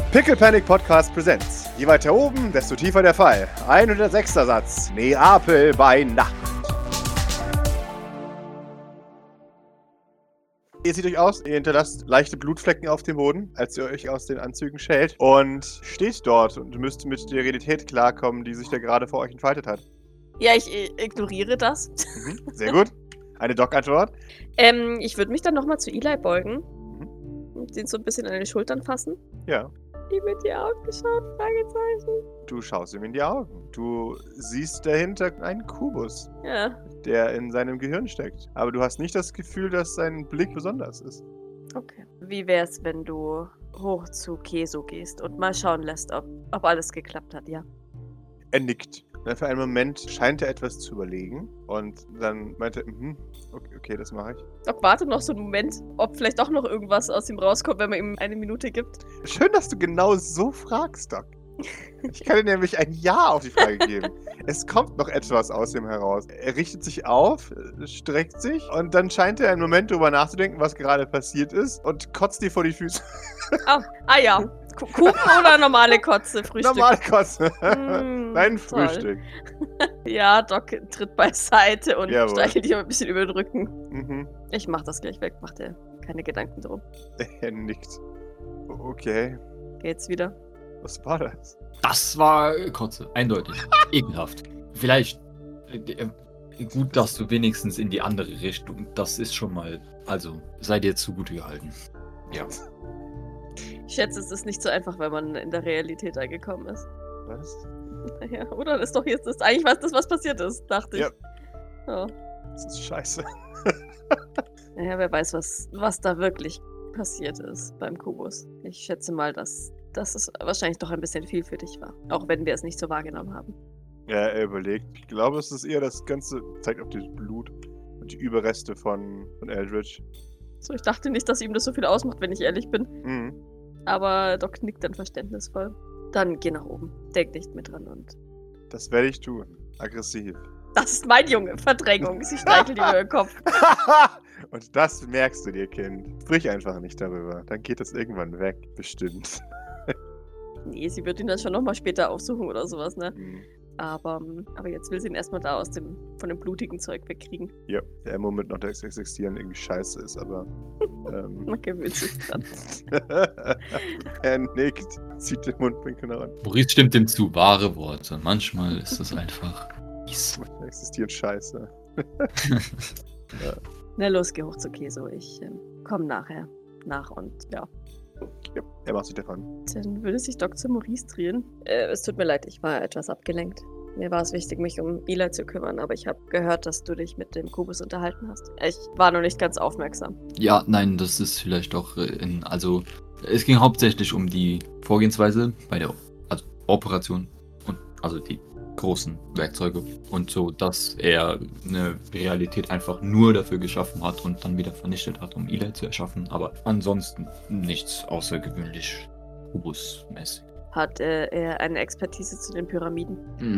Pickle Panic Podcast Presents. Je weiter oben, desto tiefer der Fall. 106. Satz. Neapel bei Nacht. Ihr seht euch aus, ihr hinterlasst leichte Blutflecken auf dem Boden, als ihr euch aus den Anzügen schält und steht dort und müsst mit der Realität klarkommen, die sich da gerade vor euch entfaltet hat. Ja, ich ignoriere das. Sehr gut. Eine Doc-Antwort. Ich würde mich dann nochmal zu Eli beugen und den so ein bisschen an den Schultern fassen. Ja. Ihm in die Augen geschaut, Fragezeichen. Du schaust ihm in die Augen. Du siehst dahinter einen Kubus, Ja, der in seinem Gehirn steckt. Aber du hast nicht das Gefühl, dass sein Blick besonders ist. okay. Wie wär's, wenn du hoch zu Keso gehst und mal schauen lässt, ob alles geklappt hat, ja? Er nickt. Für einen Moment scheint er etwas zu überlegen und dann meint er, okay, das mache ich. Doc wartet noch so einen Moment, ob vielleicht doch noch irgendwas aus ihm rauskommt, wenn man ihm eine Minute gibt. Schön, dass du genau so fragst, Doc. Ich kann dir nämlich ein Ja auf die Frage geben. Es kommt noch etwas aus ihm heraus. Er richtet sich auf, streckt sich und dann scheint er einen Moment darüber nachzudenken, was gerade passiert ist und kotzt dir vor die Füße. Ja. Kuchen oder normale Kotze? Frühstück? Normale Kotze. Nein, toll. Frühstück. Ja, Doc tritt beiseite und Jawohl. streichelt dich ein bisschen über den Rücken. Mhm. Ich mach das gleich weg, mach dir keine Gedanken drum. Er nickt. Okay, Geht's wieder? was war das? Das war Kotze, eindeutig. Ekelhaft. Vielleicht gut, dass du wenigstens in die andere Richtung. Das ist schon mal. Also, sei dir zugute gehalten. Ja. Ich schätze, es ist nicht so einfach, wenn man in der Realität angekommen ist. Was? Naja, oder? Das ist doch jetzt das eigentlich was passiert ist, dachte ich. Ja. Ja. Das ist scheiße. Naja, wer weiß, was da wirklich passiert ist beim Kubus. Ich schätze mal, dass es wahrscheinlich doch ein bisschen viel für dich war. Auch wenn wir es nicht so wahrgenommen haben. Ja, er überlegt. Ich glaube, es ist eher das Ganze, zeigt auf das Blut und die Überreste von Eldritch. So, ich dachte nicht, dass ihm das so viel ausmacht, wenn ich ehrlich bin. Mhm. Aber Doc nickt dann verständnisvoll. Dann geh nach oben. Denk nicht mit dran und... Das werde ich tun. Aggressiv. Das ist mein Junge. Verdrängung. Sie streichelt ihm über den Kopf. Und das merkst du dir, Kind. Sprich einfach nicht darüber. Dann geht das irgendwann weg. Bestimmt. Nee, sie wird ihn dann schon nochmal später aufsuchen oder sowas, ne? Mhm. Aber jetzt will sie ihn erstmal da von dem blutigen Zeug wegkriegen. Ja, der Moment noch, dass Existieren irgendwie scheiße ist, aber... Man gewöhnt sich dran. Er nickt, zieht den Mundwinkel nach an. Maurice stimmt ihm zu. Wahre Worte. Manchmal ist das einfach mies. Existieren scheiße. Na los, geh hoch zu Keso. Ich komm nachher nach und ja. Ja, er macht sich davon. Dann würde sich Doc zu Maurice drehen. Es tut mir leid, ich war etwas abgelenkt. Mir war es wichtig, mich um Eli zu kümmern, aber ich habe gehört, dass du dich mit dem Kubus unterhalten hast. Ich war noch nicht ganz aufmerksam. Ja, nein, das ist vielleicht auch also es ging hauptsächlich um die Vorgehensweise bei der Operation und also die großen Werkzeuge und so, dass er eine Realität einfach nur dafür geschaffen hat und dann wieder vernichtet hat, um Eli zu erschaffen, aber ansonsten nichts außergewöhnlich Kubus-mäßig. Hat er eine Expertise zu den Pyramiden?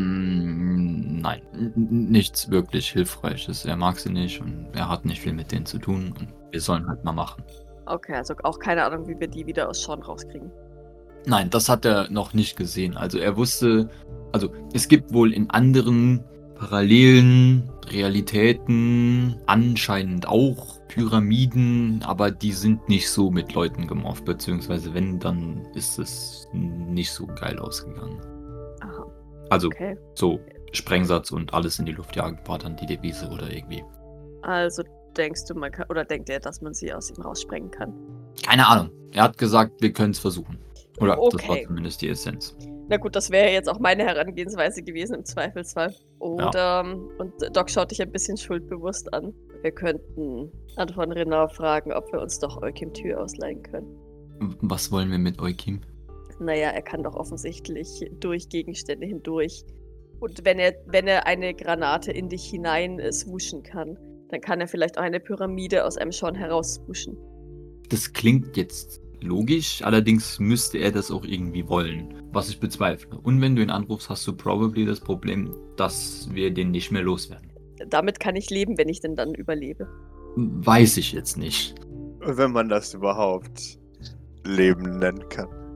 Nein, nichts wirklich Hilfreiches. Er mag sie nicht und er hat nicht viel mit denen zu tun und wir sollen halt mal machen. Okay, also auch keine Ahnung, wie wir die wieder aus Sean rauskriegen. Nein, das hat er noch nicht gesehen. Also er wusste, es gibt wohl in anderen parallelen Realitäten anscheinend auch Pyramiden, aber die sind nicht so mit Leuten gemorpht, beziehungsweise wenn, dann ist es nicht so geil ausgegangen. Aha, Also okay. so Sprengsatz und alles in die Luft jagen war dann die Devise oder irgendwie. Also denkst du, denkt er, dass man sie aus ihm raussprengen kann? Keine Ahnung. Er hat gesagt, wir können es versuchen. Oder das war Okay. zumindest die Essenz. Na gut, das wäre jetzt auch meine Herangehensweise gewesen im Zweifelsfall. Und Doc schaut dich ein bisschen schuldbewusst an. Wir könnten Anton Renau fragen, ob wir uns doch Eukim Tür ausleihen können. Was wollen wir mit Eukim? Naja, er kann doch offensichtlich durch Gegenstände hindurch. Und wenn er eine Granate in dich hinein swooschen kann, dann kann er vielleicht auch eine Pyramide aus einem Sean heraus swooschen. Das klingt jetzt logisch, allerdings müsste er das auch irgendwie wollen, was ich bezweifle. Und wenn du ihn anrufst, hast du probably das Problem, dass wir den nicht mehr loswerden. Damit kann ich leben, wenn ich denn dann überlebe. Weiß ich jetzt nicht. Wenn man das überhaupt Leben nennen kann.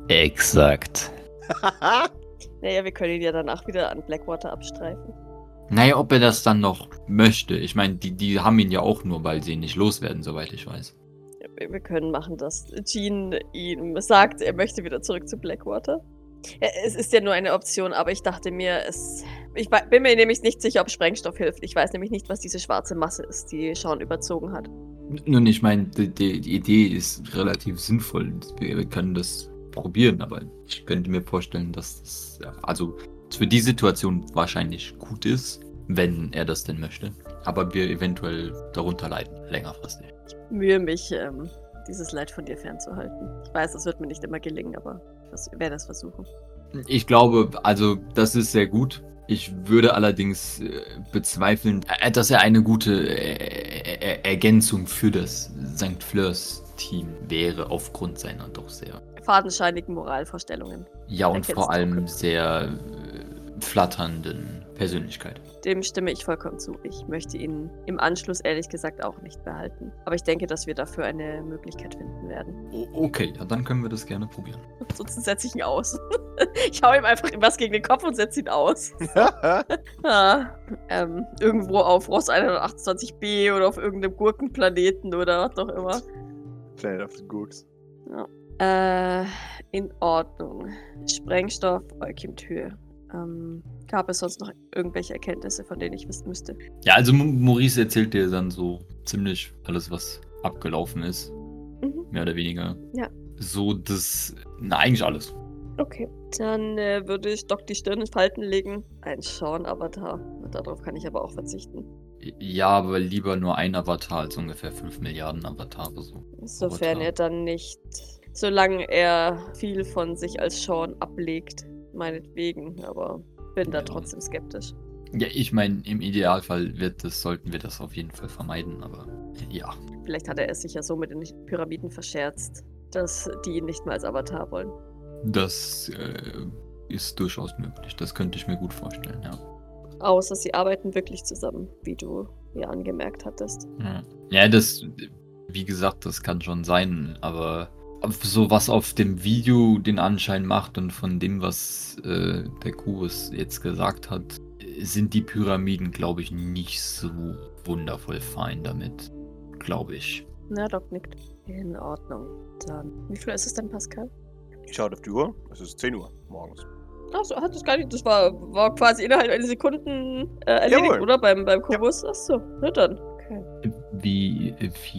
Exakt. Naja, wir können ihn ja danach wieder an Blackwater abstreifen. Naja, ob er das dann noch möchte. Ich meine, die haben ihn ja auch nur, weil sie ihn nicht loswerden, soweit ich weiß. Wir können machen, dass Jean ihm sagt, er möchte wieder zurück zu Blackwater. Es ist ja nur eine Option, aber ich dachte mir, bin mir nämlich nicht sicher, ob Sprengstoff hilft. Ich weiß nämlich nicht, was diese schwarze Masse ist, die Sean überzogen hat. Nun, ich meine, die Idee ist relativ sinnvoll. Wir können das probieren, aber ich könnte mir vorstellen, dass das also für die Situation wahrscheinlich gut ist, wenn er das denn möchte. Aber wir eventuell darunter leiden, längerfristig. Ich mühe mich, dieses Leid von dir fernzuhalten. Ich weiß, das wird mir nicht immer gelingen, aber ich werde es versuchen. Ich glaube, also das ist sehr gut. Ich würde allerdings bezweifeln, dass er eine gute Ergänzung für das St. Fleurs Team wäre, aufgrund seiner doch sehr fadenscheinigen Moralvorstellungen. ja und vor allem sehr flatternden Persönlichkeit. Dem stimme ich vollkommen zu. Ich möchte ihn im Anschluss ehrlich gesagt auch nicht behalten. Aber ich denke, dass wir dafür eine Möglichkeit finden werden. Okay, ja, dann können wir das gerne probieren. Ansonsten setze ich ihn aus. Ich hau ihm einfach was gegen den Kopf und setze ihn aus. Irgendwo auf Ross 128b oder auf irgendeinem Gurkenplaneten oder was auch immer. Planet of the Gurks. Ja. In Ordnung. Sprengstoff, Eukimtür. Gab es sonst noch irgendwelche Erkenntnisse, von denen ich wissen müsste? Ja, also Maurice erzählt dir dann so ziemlich alles, was abgelaufen ist. Mehr oder weniger. Ja. So, eigentlich alles. Okay. Dann würde ich Doc die Stirn in Falten legen. Ein Sean-Avatar. Darauf kann ich aber auch verzichten. Ja, aber lieber nur ein Avatar als ungefähr 5 Milliarden Avatare. Sofern er dann nicht... Solange er viel von sich als Sean ablegt, meinetwegen, aber bin da trotzdem skeptisch. Ja, ich meine, im Idealfall sollten wir das auf jeden Fall vermeiden, aber ja. Vielleicht hat er es sich ja so mit den Pyramiden verscherzt, dass die ihn nicht mehr als Avatar wollen. Das ist durchaus möglich. Das könnte ich mir gut vorstellen, ja. Außer sie arbeiten wirklich zusammen, wie du ja angemerkt hattest. Ja, wie gesagt, das kann schon sein, aber so was auf dem Video den Anschein macht und von dem, was der Kubus jetzt gesagt hat, sind die Pyramiden, glaube ich, nicht so wundervoll fein damit, glaube ich. Na, Doc nickt. In Ordnung. Dann, wie viel ist es denn, Pascal? Ich schaue auf die Uhr. Es ist 10 Uhr morgens. Achso, hat das gar nicht. Das war quasi innerhalb einer Sekunde erledigt, Jawohl. Oder? Beim Kubus? Ja. Achso, na dann. Okay. Wie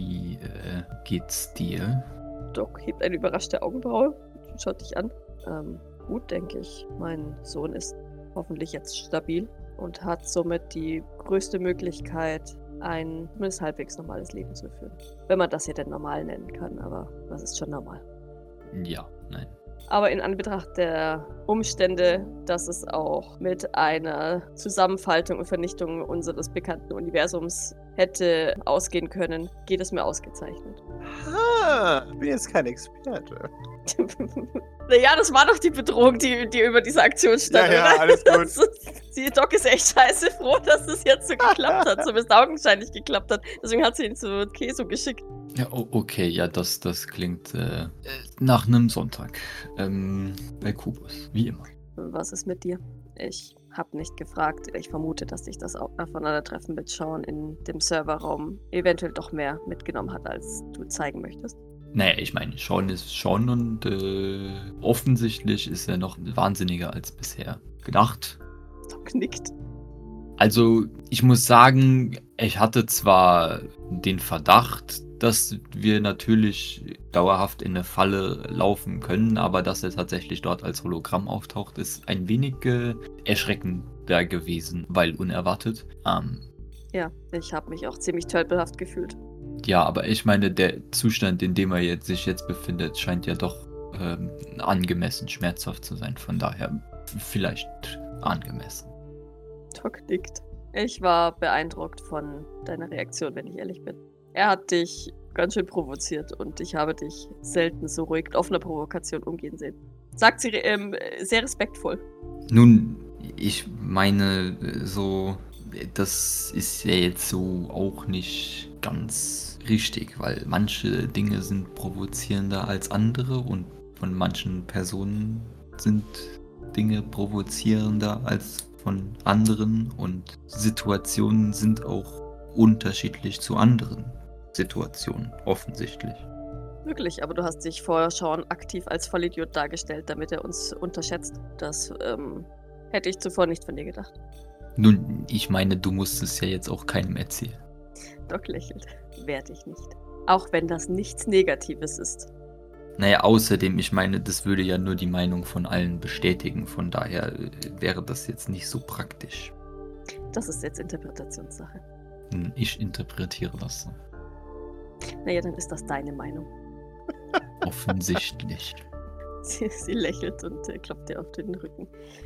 geht's dir? Doc hebt eine überraschte Augenbraue und schaut dich an. Gut, denke ich. Mein Sohn ist hoffentlich jetzt stabil und hat somit die größte Möglichkeit, ein zumindest halbwegs normales Leben zu führen. Wenn man das hier denn normal nennen kann, aber was ist schon normal? Ja, nein. Aber in Anbetracht der Umstände, dass es auch mit einer Zusammenfaltung und Vernichtung unseres bekannten Universums hätte ausgehen können, geht es mir ausgezeichnet. Ich bin jetzt kein Experte. Naja, das war doch die Bedrohung, die über diese Aktion stand, Ja, oder? alles gut. Die Doc ist echt scheiße froh, dass es jetzt so geklappt hat, zumindest augenscheinlich geklappt hat. Deswegen hat sie ihn zu Keso geschickt. Ja, okay, ja, das klingt nach einem Sonntag. Bei Kubus, wie immer. Was ist mit dir? Ich habe nicht gefragt. Ich vermute, dass sich das Aufeinandertreffen mit Sean in dem Serverraum eventuell doch mehr mitgenommen hat, als du zeigen möchtest. Naja, ich meine, Sean ist Sean und offensichtlich ist er noch wahnsinniger als bisher gedacht. Doc nickt. Also, ich muss sagen, ich hatte zwar den Verdacht, dass wir natürlich dauerhaft in eine Falle laufen können, aber dass er tatsächlich dort als Hologramm auftaucht, ist ein wenig erschreckender gewesen, weil unerwartet. Ja, ich habe mich auch ziemlich tölpelhaft gefühlt. Ja, aber ich meine, der Zustand, in dem er sich jetzt befindet, scheint ja doch angemessen schmerzhaft zu sein. Von daher vielleicht angemessen. Doc nickt. Ich war beeindruckt von deiner Reaktion, wenn ich ehrlich bin. Er hat dich ganz schön provoziert und ich habe dich selten so ruhig mit offener Provokation umgehen sehen. Sagt sie sehr respektvoll. Nun, ich meine, so, das ist ja jetzt so auch nicht ganz richtig, weil manche Dinge sind provozierender als andere und von manchen Personen sind Dinge provozierender als von anderen und Situationen sind auch unterschiedlich zu anderen Situationen, offensichtlich. Wirklich, aber du hast dich vor Sean aktiv als Vollidiot dargestellt, damit er uns unterschätzt. Das hätte ich zuvor nicht von dir gedacht. Nun, ich meine, du musst es ja jetzt auch keinem erzählen. Doc lächelt. Werde ich nicht. Auch wenn das nichts Negatives ist. Naja, außerdem, ich meine, das würde ja nur die Meinung von allen bestätigen. Von daher wäre das jetzt nicht so praktisch. Das ist jetzt Interpretationssache. Ich interpretiere das so. Naja, dann ist das deine Meinung. Offensichtlich. Sie lächelt und klopft dir auf den Rücken.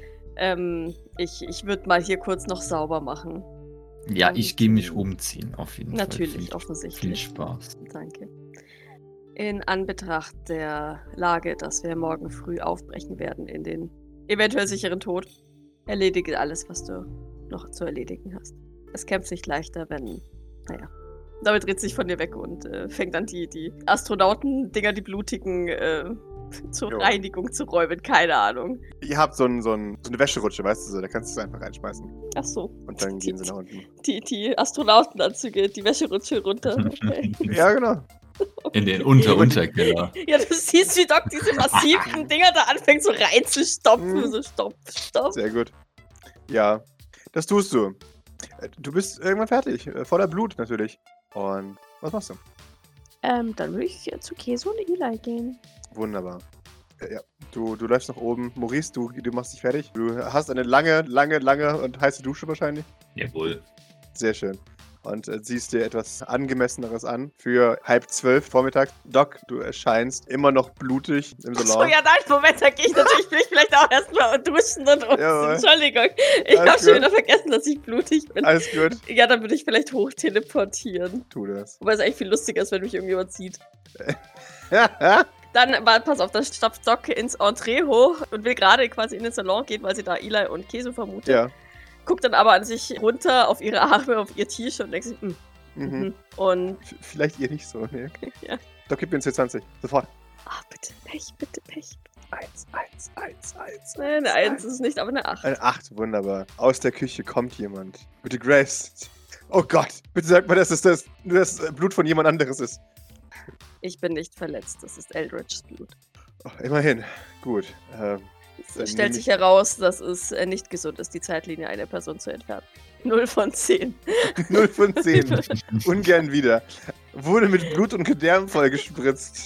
Ich würde mal hier kurz noch sauber machen. Ja, Und, ich gehe mich umziehen, auf jeden Fall. Natürlich, offensichtlich. Viel Spaß. Danke. In Anbetracht der Lage, dass wir morgen früh aufbrechen werden in den eventuell sicheren Tod, erledige alles, was du noch zu erledigen hast. Es kämpft sich leichter, wenn, naja. Damit dreht sich von dir weg und fängt an, die Astronauten-Dinger, die blutigen, zur Reinigung zu räumen. Keine Ahnung. Ihr habt so eine Wäscherutsche, weißt du so, da kannst du es einfach reinschmeißen. Ach so. Und dann gehen sie nach unten. Die Astronautenanzüge, die Wäscherutsche runter. Okay. Ja, genau. In den Unterkeller. Ja, du siehst, wie Doc diese massiven Dinger da anfängt so reinzustopfen. So stopp. Sehr gut. Ja, das tust du. Du bist irgendwann fertig. Voller Blut natürlich. Und was machst du? Dann würde ich zu Käse und Eli gehen. Wunderbar. Ja, du läufst nach oben. Maurice, du machst dich fertig. Du hast eine lange und heiße Dusche wahrscheinlich. Jawohl. Sehr schön. Und ziehst dir etwas Angemesseneres an für 11:30 vormittags. Doc, du erscheinst immer noch blutig im Salon. Achso, ja, nein, Moment, da gehe ich natürlich vielleicht auch erstmal duschen und Jawohl. Entschuldigung. Ich habe schon wieder vergessen, dass ich blutig bin. Alles gut. Ja, dann würde ich vielleicht hoch teleportieren. Tu das. Wobei es eigentlich viel lustiger ist, wenn mich irgendjemand sieht. Ja. Dann, pass auf, da stapft Doc ins Entree hoch und will gerade quasi in den Salon gehen, weil sie da Eli und Käse vermutet. Ja. Guckt dann aber an sich runter auf ihre Arme, auf ihr T-Shirt und denkt sich, Und, Vielleicht ihr nicht so, ne? Ja. Doc, gib mir einen C20. Sofort. bitte Pech. 1. Nein, eine 1 ist es nicht, aber eine 8. Eine 8, wunderbar. Aus der Küche kommt jemand. Bitte, Grace. Oh Gott, bitte sag mal, dass es das Blut von jemand anderes ist. Ich bin nicht verletzt, das ist Eldridge's Blut. Oh, immerhin. Gut. Es stellt sich heraus, dass es nicht gesund ist, die Zeitlinie einer Person zu entfernen. 0 von 10. 0 von 10. Ungern wieder. Wurde mit Blut und Gedärm vollgespritzt.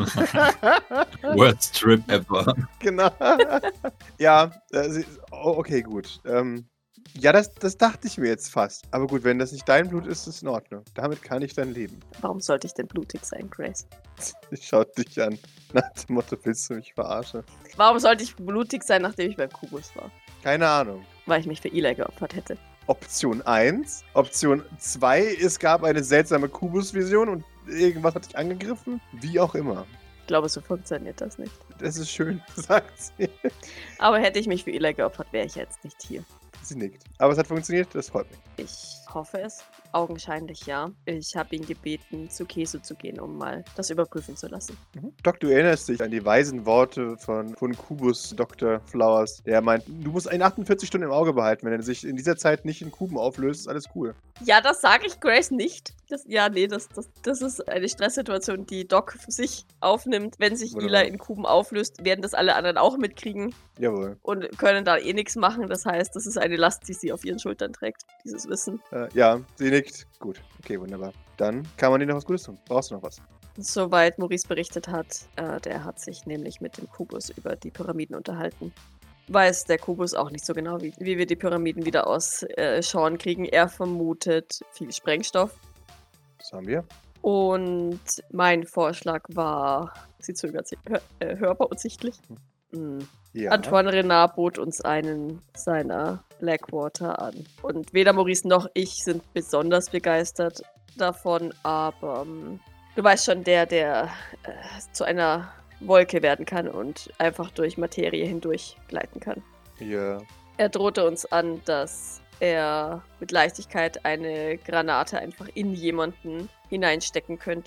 Worst Trip ever. Genau. Ja, okay, gut. Ja, das dachte ich mir jetzt fast. Aber gut, wenn das nicht dein Blut ist, ist es in Ordnung. Damit kann ich dann leben. Warum sollte ich denn blutig sein, Grace? Ich schaut dich an. Nach dem Motto, willst du mich verarschen? Warum sollte ich blutig sein, nachdem ich beim Kubus war? Keine Ahnung. Weil ich mich für Eli geopfert hätte. Option 1. Option 2, es gab eine seltsame Kubus-Vision und irgendwas hat dich angegriffen. Wie auch immer. Ich glaube, so funktioniert das nicht. Das ist schön, sagt sie. Aber hätte ich mich für Eli geopfert, wäre ich jetzt nicht hier. Sie nickt. Aber es hat funktioniert, das freut mich. Ich hoffe es. Augenscheinlich ja. Ich habe ihn gebeten, zu Käse zu gehen, um mal das überprüfen zu lassen. Doc, du erinnerst dich an die weisen Worte von Kubus Dr. Flowers, der meint, du musst ihn 48 Stunden im Auge behalten. Wenn er sich in dieser Zeit nicht in Kuben auflöst, ist alles cool. Ja, das sage ich Grace nicht. Das ist eine Stresssituation, die Doc für sich aufnimmt. Wenn sich Wunderbar. Eli in Kuben auflöst, werden das alle anderen auch mitkriegen Jawohl. und können da eh nichts machen. Das heißt, das ist eine Last, die sie auf ihren Schultern trägt, dieses Wissen. Ja, sie nickt. Gut. Okay, wunderbar. Dann kann man dir noch was Gutes tun. Brauchst du noch was? Soweit Maurice berichtet hat, der hat sich nämlich mit dem Kubus über die Pyramiden unterhalten. Weiß der Kubus auch nicht so genau, wie wir die Pyramiden wieder aus Sean kriegen. Er vermutet viel Sprengstoff. Das haben wir. Und mein Vorschlag war, sie zögert sich, hörbar und sichtlich. Ja. Antoine Renard bot uns einen seiner Blackwater an. Und weder Maurice noch ich sind besonders begeistert davon, aber du weißt schon, der zu einer Wolke werden kann und einfach durch Materie hindurch gleiten kann. Ja. Er drohte uns an, dass er mit Leichtigkeit eine Granate einfach in jemanden hineinstecken könnte,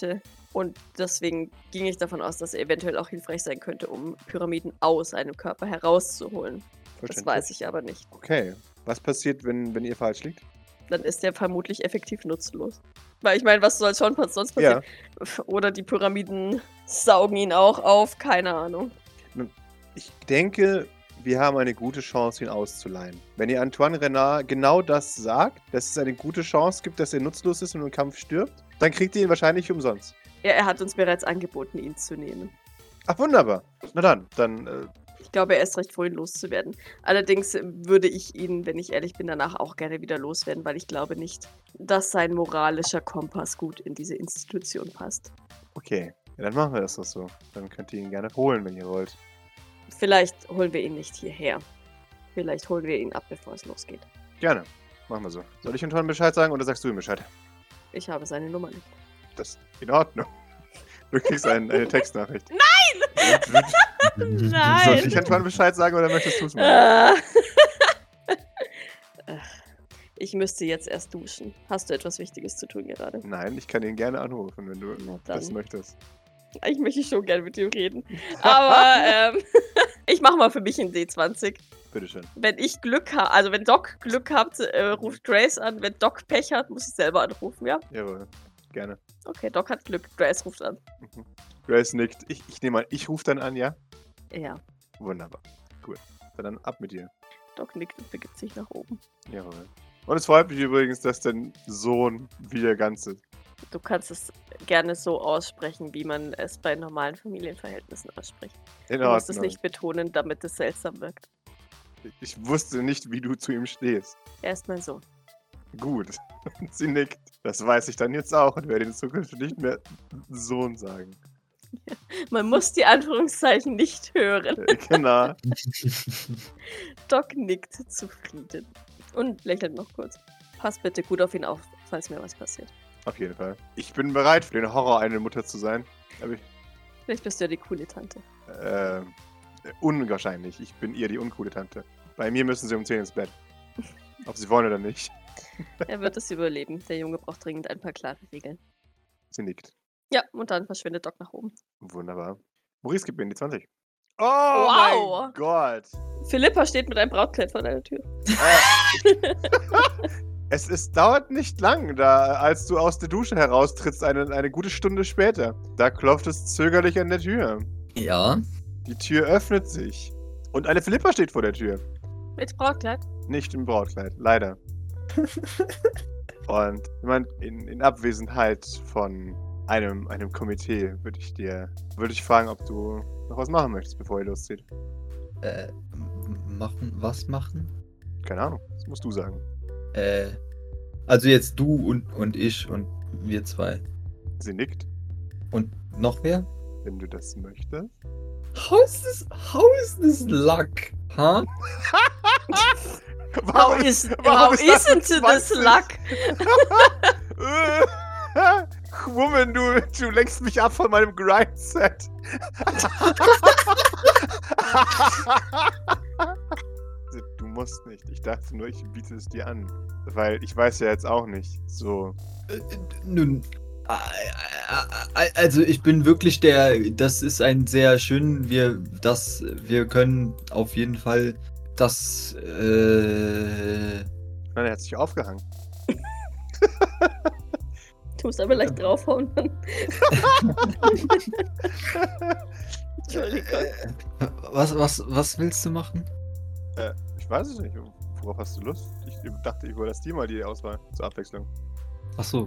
Und deswegen ging ich davon aus, dass er eventuell auch hilfreich sein könnte, um Pyramiden aus einem Körper herauszuholen. Das weiß ich aber nicht. Okay. Was passiert, wenn ihr falsch liegt? Dann ist er vermutlich effektiv nutzlos. Weil ich meine, was soll schon sonst passieren? Ja. Oder die Pyramiden saugen ihn auch auf, keine Ahnung. Ich denke, wir haben eine gute Chance, ihn auszuleihen. Wenn ihr Antoine Renard genau das sagt, dass es eine gute Chance gibt, dass er nutzlos ist und im Kampf stirbt, dann kriegt ihr ihn wahrscheinlich umsonst. Ja, er hat uns bereits angeboten, ihn zu nehmen. Ach, wunderbar. Na dann. Ich glaube, er ist recht froh, ihn loszuwerden. Allerdings würde ich ihn, wenn ich ehrlich bin, danach auch gerne wieder loswerden, weil ich glaube nicht, dass sein moralischer Kompass gut in diese Institution passt. Okay, ja, dann machen wir das doch so. Dann könnt ihr ihn gerne holen, wenn ihr wollt. Vielleicht holen wir ihn nicht hierher. Vielleicht holen wir ihn ab, bevor es losgeht. Gerne. Machen wir so. Soll ich Antoine Bescheid sagen oder sagst du ihm Bescheid? Ich habe seine Nummer nicht. Das ist in Ordnung. Du kriegst eine Textnachricht. Nein! Nein! Soll ich Antoine Bescheid sagen oder möchtest du es machen? Ich müsste jetzt erst duschen. Hast du etwas Wichtiges zu tun gerade? Nein, ich kann ihn gerne anrufen, wenn du das möchtest. Ich möchte schon gerne mit ihm reden. Aber ich mache mal für mich einen D20. Bitteschön. Wenn ich Glück habe, also wenn Doc Glück hat, ruft Grace an. Wenn Doc Pech hat, muss ich selber anrufen, ja? Jawohl, gerne. Okay, Doc hat Glück. Grace ruft an. Mhm. Grace nickt. Ich nehme an, ich rufe dann an, ja? Ja. Wunderbar. Cool. Dann ab mit dir. Doc nickt und begibt sich nach oben. Jawohl. Und es freut mich übrigens, dass dein Sohn wieder ganz ist. Du kannst es gerne so aussprechen, wie man es bei normalen Familienverhältnissen ausspricht. Du musst es nicht betonen, damit es seltsam wirkt. Ich wusste nicht, wie du zu ihm stehst. Er ist mein Sohn. Gut. Sie nickt. Das weiß ich dann jetzt auch und werde in Zukunft nicht mehr Sohn sagen. Ja, man muss die Anführungszeichen nicht hören. Genau. Doc nickt zufrieden und lächelt noch kurz. Pass bitte gut auf ihn auf, falls mir was passiert. Auf jeden Fall. Ich bin bereit, für den Horror eine Mutter zu sein. Vielleicht bist du ja die coole Tante. Unwahrscheinlich. Ich bin ihr die uncoole Tante. Bei mir müssen sie um 10 ins Bett. Ob sie wollen oder nicht. Er wird es überleben. Der Junge braucht dringend ein paar klare Regeln. Sie nickt. Ja, und dann verschwindet Doc nach oben. Wunderbar. Maurice, gib mir die 20. Oh wow. Mein Gott. Philippa steht mit einem Brautkleid vor deiner Tür. Es dauert nicht lang, als du aus der Dusche heraustrittst, eine gute Stunde später. Da klopft es zögerlich an der Tür. Ja. Die Tür öffnet sich. Und eine Philippa steht vor der Tür. Mit Brautkleid? Nicht im Brautkleid, leider. Und in Abwesenheit von einem Komitee würde ich fragen, ob du noch was machen möchtest, bevor ihr loszieht. Was machen? Keine Ahnung, das musst du sagen. Also jetzt du und ich und wir zwei. Sie nickt. Und noch wer? Wenn du das möchtest. How is this luck? Huh? How isn't this luck? Woman, du lenkst mich ab von meinem Grindset. Du musst nicht. Ich dachte nur, ich biete es dir an. Weil ich weiß ja jetzt auch nicht. So. Nun. Also ich bin wirklich das ist ein sehr schön, wir können auf jeden Fall das, Nein, er hat sich aufgehangen. Du musst aber leicht draufhauen. Entschuldigung. Was willst du machen? Ich weiß es nicht. Worauf hast du Lust? Ich dachte, ich überlasse dir mal die Auswahl zur Abwechslung. Ach so.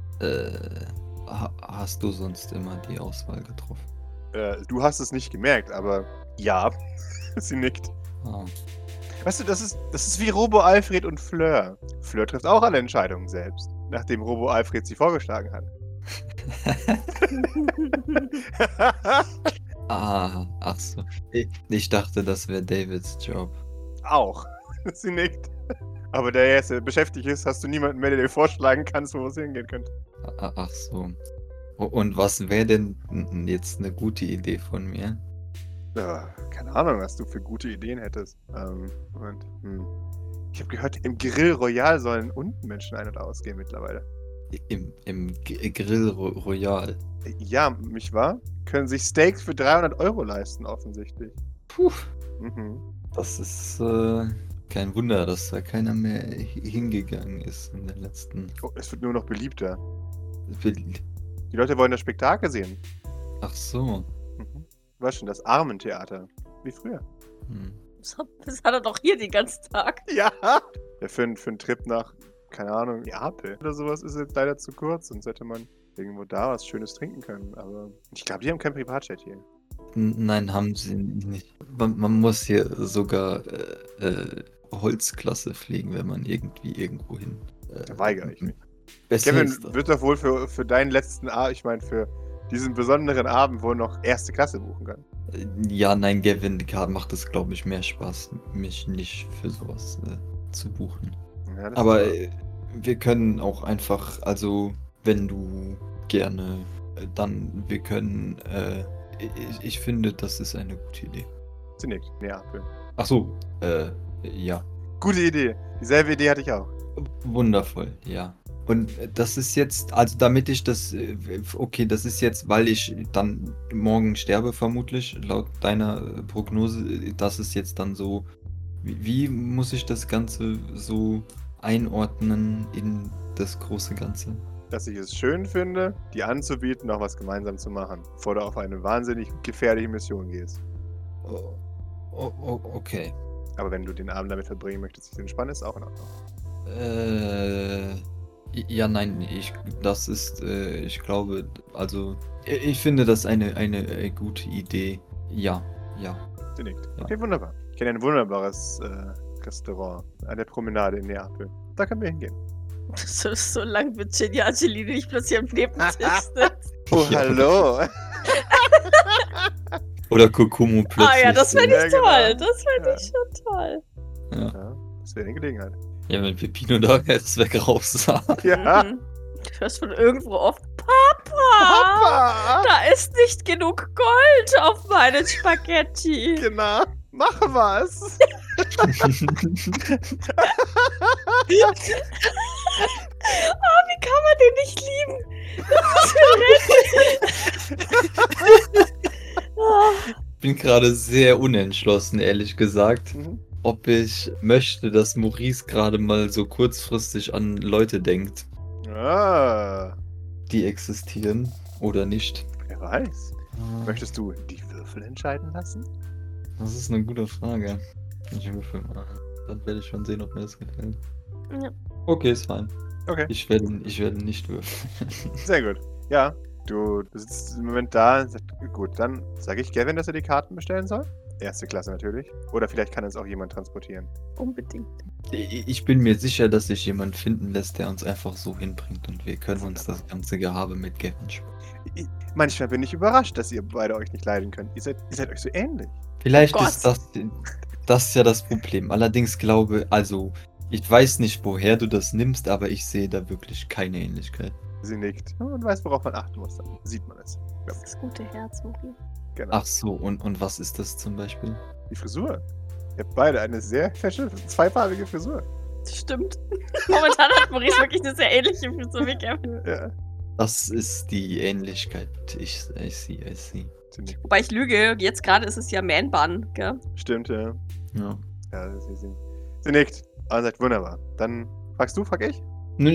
Hast du sonst immer die Auswahl getroffen? Du hast es nicht gemerkt, aber ja. Sie nickt. Ah. Weißt du, das ist wie Robo Alfred und Fleur. Fleur trifft auch alle Entscheidungen selbst, nachdem Robo Alfred sie vorgeschlagen hat. Ach so. Ich dachte, das wäre Davids Job. Auch. Sie nickt. Aber da er jetzt beschäftigt ist, hast du niemanden mehr, der dir vorschlagen kannst, wo es hingehen könnte. Ach so. Und was wäre denn jetzt eine gute Idee von mir? Keine Ahnung, was du für gute Ideen hättest. Ich habe gehört, im Grill Royal sollen unten Menschen ein- und ausgehen mittlerweile. Grill Royal. Ja, mich wahr? Können sich Steaks für 300 € leisten, offensichtlich. Puh, Mhm. das ist kein Wunder, dass da keiner mehr hingegangen ist in den letzten. Oh, es wird nur noch beliebter. Die Leute wollen das Spektakel sehen. Ach so. Mhm. Du weißt schon, das Armentheater. Wie früher. Hm. Das hat er doch hier den ganzen Tag. Ja. Ja, für einen Trip nach, keine Ahnung, Neapel oder sowas ist jetzt leider zu kurz. Sonst hätte man irgendwo da was Schönes trinken können. Aber ich glaube, die haben kein Privatjet hier. Nein, haben sie nicht. Man muss hier sogar Holzklasse fliegen, wenn man irgendwo hin. Da weigere ich mich. Besser Kevin ist das. wird doch wohl für deinen letzten Abend, ich meine für diesen besonderen Abend wohl noch erste Klasse buchen können. Ja, nein, Gavin macht es, glaube ich, mehr Spaß, mich nicht für sowas zu buchen. Ja, das Aber ist wir können auch einfach, also wenn du gerne, dann wir können, ich finde, das ist eine gute Idee. sie nickt. Neapel. Ach so, ja. Gute Idee. Dieselbe Idee hatte ich auch. Wundervoll, ja. Und das ist jetzt, also damit ich das, okay, das ist jetzt, weil ich dann morgen sterbe vermutlich, laut deiner Prognose, das ist jetzt dann so, wie muss ich das Ganze so einordnen in das große Ganze? Dass ich es schön finde, dir anzubieten, noch was gemeinsam zu machen, bevor du auf eine wahnsinnig gefährliche Mission gehst. Okay. Aber wenn du den Abend damit verbringen möchtest, dich zu entspannen, ist auch in Ordnung. Ja, nein, das ist, ich glaube, also, ich finde das eine gute Idee. Ja. Sie nickt. Ja. Okay, wunderbar. Ich kenne ein wunderbares Restaurant an der Promenade in Neapel. Da können wir hingehen. So lang wird Ginny Angelini nicht plötzlich am Nebentisch sitzt. Oh, Ja. hallo. Oder Kokomo plötzlich. Ah ja, das fände Ja, ich genau. toll. Das fände Ja. ich schon toll. Ja. Ja, das wäre eine Gelegenheit. Ja, wenn Pepino da jetzt weg raus sah. Ja. Mhm. Du hörst von irgendwo oft, Papa, Papa! da ist nicht genug Gold auf meinen Spaghetti. Genau. Mach was. Oh, wie kann man den nicht lieben? Das ist oh. Ich bin gerade sehr unentschlossen, ehrlich gesagt, Mhm. ob ich möchte, dass Maurice gerade mal so kurzfristig an Leute denkt, Ah, die existieren oder nicht. wer weiß. Möchtest du die Würfel entscheiden lassen? Das ist eine gute Frage. Ich würfel mal. Dann werde ich schon sehen, ob mir das gefällt. Ja. Okay, ist fein. Okay, Ich werde nicht würfeln. sehr gut. Ja, du sitzt im Moment da und sagst, gut, dann sage ich Gavin, dass er die Karten bestellen soll. Erste Klasse natürlich. Oder vielleicht kann es auch jemand transportieren. Unbedingt. Ich bin mir sicher, dass sich jemand finden lässt, der uns einfach so hinbringt und wir können uns das ganze Gehabe mit Gavin sparen. Manchmal bin ich überrascht, dass ihr beide euch nicht leiden könnt. Ihr seid euch so ähnlich. Vielleicht Gott. ist das ja das Problem. Allerdings also, ich weiß nicht, woher du das nimmst, aber ich sehe da wirklich keine Ähnlichkeit. Sie nickt und weiß, worauf man achten muss. Dann sieht man es. Ja, Das gute Herz, Maurice. genau. Ach so, und was ist das zum Beispiel? Die Frisur. Ihr habt beide eine sehr fesche, zweifarbige Frisur. Das stimmt. Momentan hat Maurice wirklich eine sehr ähnliche Frisur wie Kevin. Ja. Das ist die Ähnlichkeit. I see. Sie nickt. Wobei ich lüge, jetzt gerade ist es ja Man-Bun, gell? Stimmt, ja. Ja. Ja, sie nickt. Und sagt, wunderbar. Dann frag ich? Nun,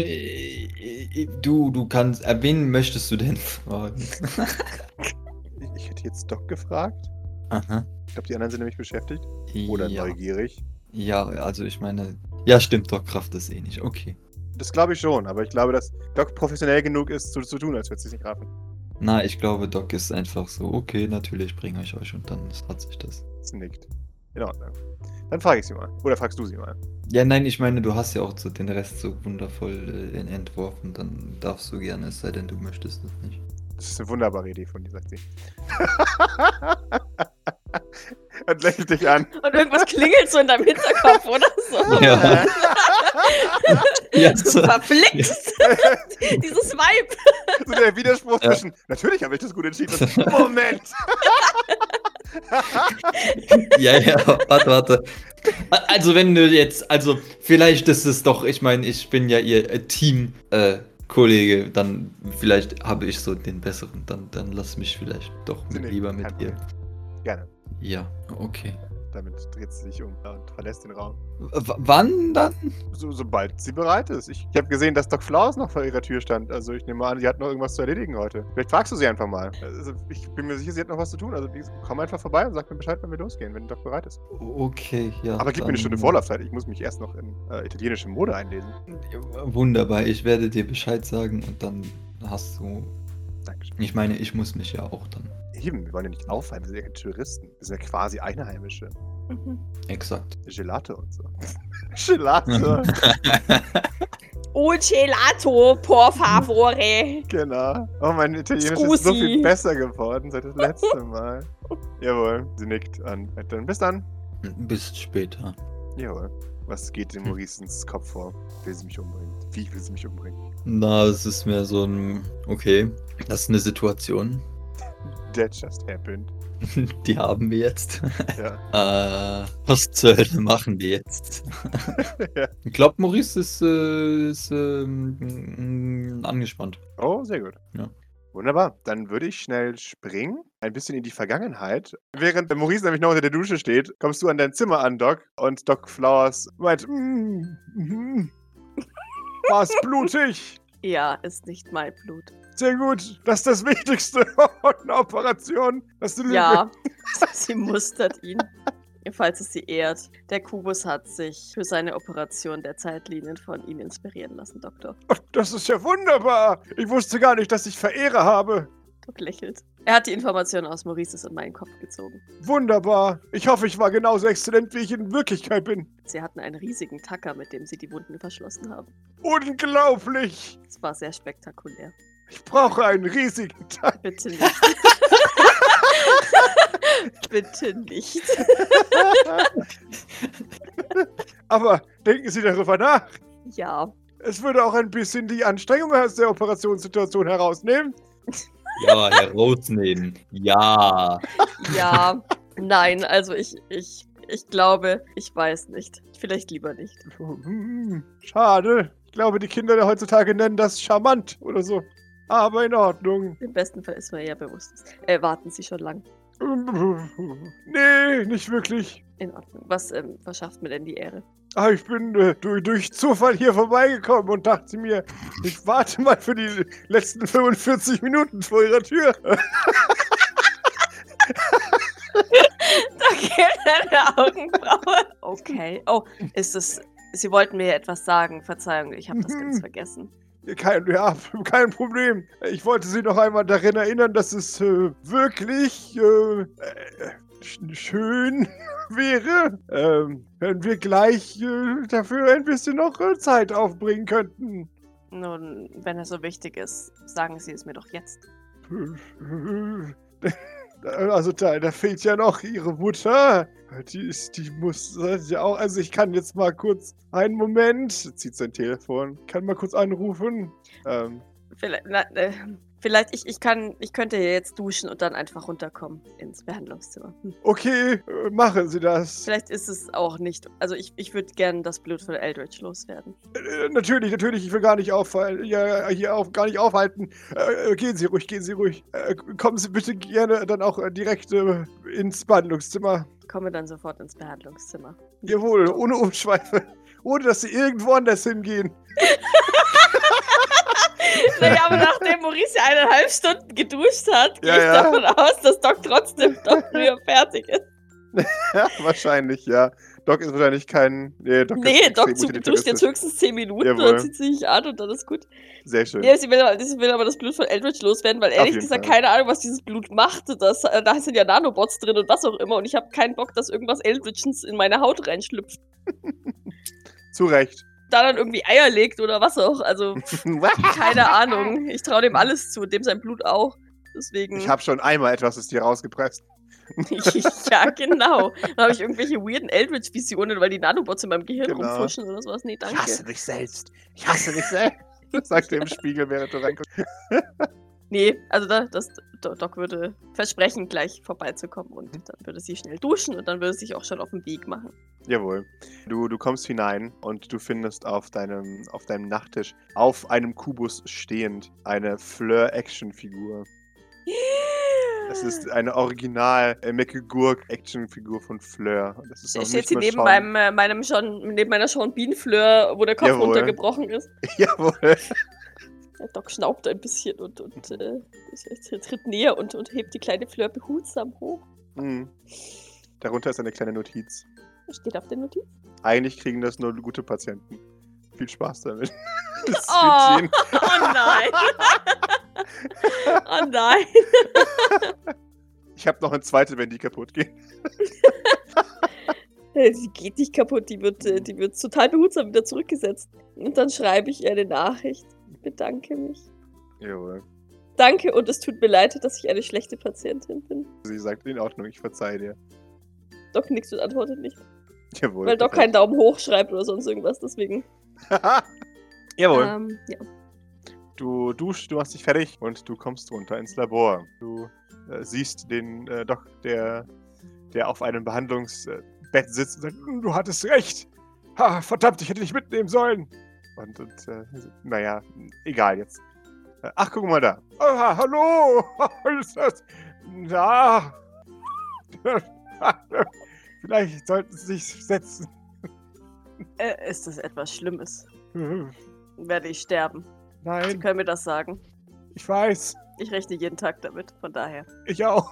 du kannst. Wen möchtest du denn fragen? Ich hätte jetzt Doc gefragt. Aha. Ich glaube, die anderen sind nämlich beschäftigt. Oder ja. neugierig. Ja, also ich meine. Ja, stimmt, Doc Kraft ist eh nicht. Okay. Das glaube ich schon, aber ich glaube, dass Doc professionell genug ist, so zu tun, als würde sie nicht raffen. Na, ich glaube, Doc ist einfach so, okay, natürlich bringe ich euch und dann hat sich das. Sie nickt. In Ordnung. Dann frage ich sie mal. Oder fragst du sie mal. Ja, nein, ich meine, du hast ja auch so den Rest so wundervoll entworfen, dann darfst du gerne, es sei denn, du möchtest es nicht. Das ist eine wunderbare Idee von dir, sagt sie. Und lächelt dich an. Und irgendwas klingelt so in deinem Hinterkopf, oder so. Ja. Ja, so. Verflixt! Dieses Vibe! So der Widerspruch Ja. zwischen, natürlich habe ich das gut entschieden. Moment! Ja, warte. Also wenn du jetzt, also vielleicht ist es doch, ich meine, ich bin ja ihr Team Kollege, dann vielleicht habe ich so den besseren. Dann lass mich vielleicht doch Nee, lieber kein mit ihr. Problem. Gerne. Ja, okay. Damit dreht sie sich um und verlässt den Raum. Wann dann? Sobald sie bereit ist. Ich habe gesehen, dass Doc Flowers noch vor ihrer Tür stand. Also ich nehme an, sie hat noch irgendwas zu erledigen heute. Vielleicht fragst du sie einfach mal. Also ich bin mir sicher, sie hat noch was zu tun. Also komm einfach vorbei und sag mir Bescheid, wenn wir losgehen, wenn Doc bereit ist. Okay, ja. Aber gib mir eine Stunde Vorlaufzeit. Ich muss mich erst noch in italienische Mode einlesen. Wunderbar, ich werde dir Bescheid sagen und dann hast du... Dankeschön. Ich meine, ich muss mich ja auch dann... Eben, wir wollen ja nicht auffallen. Wir sind ja keine Touristen. Wir sind ja quasi Einheimische. Mhm. Exakt. Gelato und so. Gelato. Un gelato, por favore. Genau. Oh, mein Italienisch ist so Scusi. viel besser geworden seit das letzte Mal. Jawohl, sie nickt an. Dann bis dann. Bis später. Jawohl. Was geht in Mauricens Kopf vor? Will sie mich umbringen? Wie will sie mich umbringen? Na, es ist mehr so ein... Okay, das ist eine Situation. That just happened. Die haben wir jetzt. Ja. Was zur Hölle machen wir jetzt? Ja. Ich glaube, Maurice ist angespannt. Oh, sehr gut. Ja. Wunderbar. Dann würde ich schnell springen. Ein bisschen in die Vergangenheit. Während Maurice nämlich noch unter der Dusche steht, kommst du an dein Zimmer an, Doc. Und Doc Flowers meint, war es blutig? Ja, ist nicht mein Blut. Sehr gut. Das ist das Wichtigste. Eine Operation. Das ist eine Lüge. Ja, sie mustert ihn, falls es sie ehrt. Der Kubus hat sich für seine Operation der Zeitlinien von ihm inspirieren lassen, Doktor. Oh, das ist ja wunderbar. Ich wusste gar nicht, dass ich Verehrer habe. Doc lächelt. Er hat die Informationen aus Maurices und meinen Kopf gezogen. Wunderbar. Ich hoffe, ich war genauso exzellent, wie ich in Wirklichkeit bin. Sie hatten einen riesigen Tacker, mit dem sie die Wunden verschlossen haben. Unglaublich. Es war sehr spektakulär. Ich brauche einen riesigen Tank. Bitte nicht. Bitte nicht. Aber denken Sie darüber nach. Ja. Es würde auch ein bisschen die Anstrengung aus der Operationssituation herausnehmen. Ja, herausnehmen. Ja. Ja. Nein, also ich glaube, ich weiß nicht. Vielleicht lieber nicht. Schade. Ich glaube, die Kinder der heutzutage nennen das charmant oder so. Aber in Ordnung. Im besten Fall ist man ja bewusst. Warten Sie schon lang. Nee, nicht wirklich. In Ordnung. Was verschafft mir denn die Ehre? Aber ich bin durch Zufall hier vorbeigekommen und dachte mir, ich warte mal für die letzten 45 Minuten vor Ihrer Tür. Da geht deine Augenbraue. Okay. Oh, ist es... Sie wollten mir etwas sagen. Verzeihung, ich habe das ganz vergessen. Kein Problem. Ich wollte Sie noch einmal daran erinnern, dass es wirklich schön wäre, wenn wir gleich dafür ein bisschen noch Zeit aufbringen könnten. Nun, wenn es so wichtig ist, sagen Sie es mir doch jetzt. Also da fehlt ja noch Ihre Mutter. Die muss ja auch. Also ich kann jetzt mal kurz einen Moment. Zieht sein Telefon. Kann mal kurz anrufen. Vielleicht, ich könnte hier jetzt duschen und dann einfach runterkommen ins Behandlungszimmer. Okay, machen Sie das. Vielleicht ist es auch nicht. Also ich würde gerne das Blut von Eldritch loswerden. Natürlich, ich will gar nicht gar nicht aufhalten. Gehen Sie ruhig. Kommen Sie bitte gerne dann auch direkt ins Behandlungszimmer. Ich komme dann sofort ins Behandlungszimmer. Jawohl, ohne Umschweife. Ohne, dass Sie irgendwo anders hingehen. Naja, aber nachdem Maurice ja 1,5 Stunden geduscht hat, gehe ich Ja. davon aus, dass Doc trotzdem doch früher fertig ist. Ja, wahrscheinlich, ja. Doc ist wahrscheinlich kein... Doc Doc ist extrem duscht jetzt höchstens 10 Minuten Jawohl. und zieht sich an und dann ist gut. Sehr schön. Ja, sie will aber das Blut von Eldritch loswerden, weil ehrlich jeden gesagt Fall. keine Ahnung, was dieses Blut macht. Da sind ja Nanobots drin und was auch immer und ich habe keinen Bock, dass irgendwas Eldritchens in meine Haut reinschlüpft. Zu Recht. Da dann irgendwie Eier legt oder was auch. Also, keine Ahnung. Ich traue dem alles zu, dem sein Blut auch. Deswegen. Ich habe schon einmal etwas aus dir rausgepresst. Ja, genau. Dann habe ich irgendwelche weirden Eldritch-Visionen, weil die Nanobots in meinem Gehirn Genau. rumfuschen oder sowas. Nee, danke. mich selbst. Ich hasse mich selbst. Sagst du im Spiegel, während du reinkommst. Nee, also Doc würde versprechen, gleich vorbeizukommen und dann würde sie schnell duschen und dann würde sie sich auch schon auf den Weg machen. Jawohl. Du kommst hinein und du findest auf deinem Nachttisch, auf einem Kubus stehend, eine Fleur-Action-Figur. Es ist eine Original-McGurk-Action-Figur von Fleur. Das ist noch Steht nicht sie mal neben Sean. neben meiner Sean Bean Fleur, wo der Kopf Jawohl. runtergebrochen ist. Jawohl. Der Doc schnaubt ein bisschen und tritt näher und hebt die kleine Fleur behutsam hoch. Mhm. Darunter ist eine kleine Notiz. Was steht auf der Notiz? Eigentlich kriegen das nur gute Patienten. Viel Spaß damit. Oh, Südchen. oh nein. Oh nein. Ich habe noch eine zweite, wenn die kaputt geht. Sie geht nicht kaputt, die wird total behutsam wieder zurückgesetzt. Und dann schreibe ich ihr eine Nachricht. Ich bedanke mich. Jawohl. Danke und es tut mir leid, dass ich eine schlechte Patientin bin. Sie sagt, in Ordnung, ich verzeihe dir. Doc nickt und antwortet nicht. Jawohl. Weil Doc keinen Daumen hoch schreibt oder sonst irgendwas, deswegen. Jawohl. Ja. Du duschst, du machst dich fertig und du kommst runter ins Labor. Du siehst den Doc, der auf einem Behandlungsbett sitzt und sagt, du hattest recht. Ha, verdammt, ich hätte dich mitnehmen sollen. Und naja, egal jetzt. Ach, guck mal da. Oh, hallo. Was ist das? Ja. Vielleicht sollten Sie sich setzen. Ist das etwas Schlimmes? Werde ich sterben? Sie Nein, können mir das sagen. ich weiß. Ich rechne jeden Tag damit, von daher. Ich auch.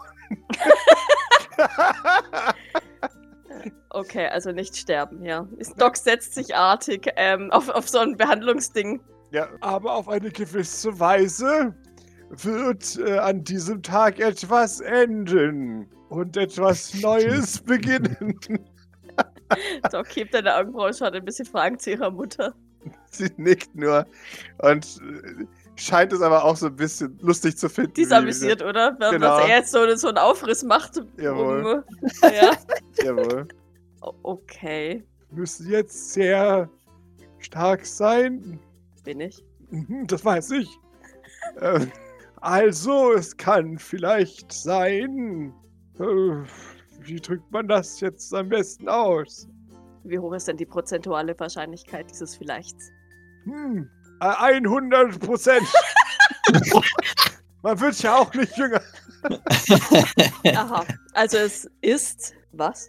Okay, also nicht sterben, ja. Doc setzt sich artig auf so ein Behandlungsding. Ja, aber auf eine gewisse Weise wird an diesem Tag etwas enden und etwas Neues beginnen. Doc hebt deine Augenbrauen, schaut ein bisschen fragend zu ihrer Mutter. Sie nickt nur und scheint es aber auch so ein bisschen lustig zu finden. Die ist amüsiert, oder? Genau. Was er jetzt so einen Aufriss macht. Jawohl. Ja. Jawohl. Okay, Müssen jetzt sehr stark sein. bin ich. Das weiß ich. Also, es kann vielleicht sein. Wie drückt man das jetzt am besten aus? Wie hoch ist denn die prozentuale Wahrscheinlichkeit dieses Vielleichts? 100%. Man wird ja auch nicht jünger. Aha, also es ist... Was?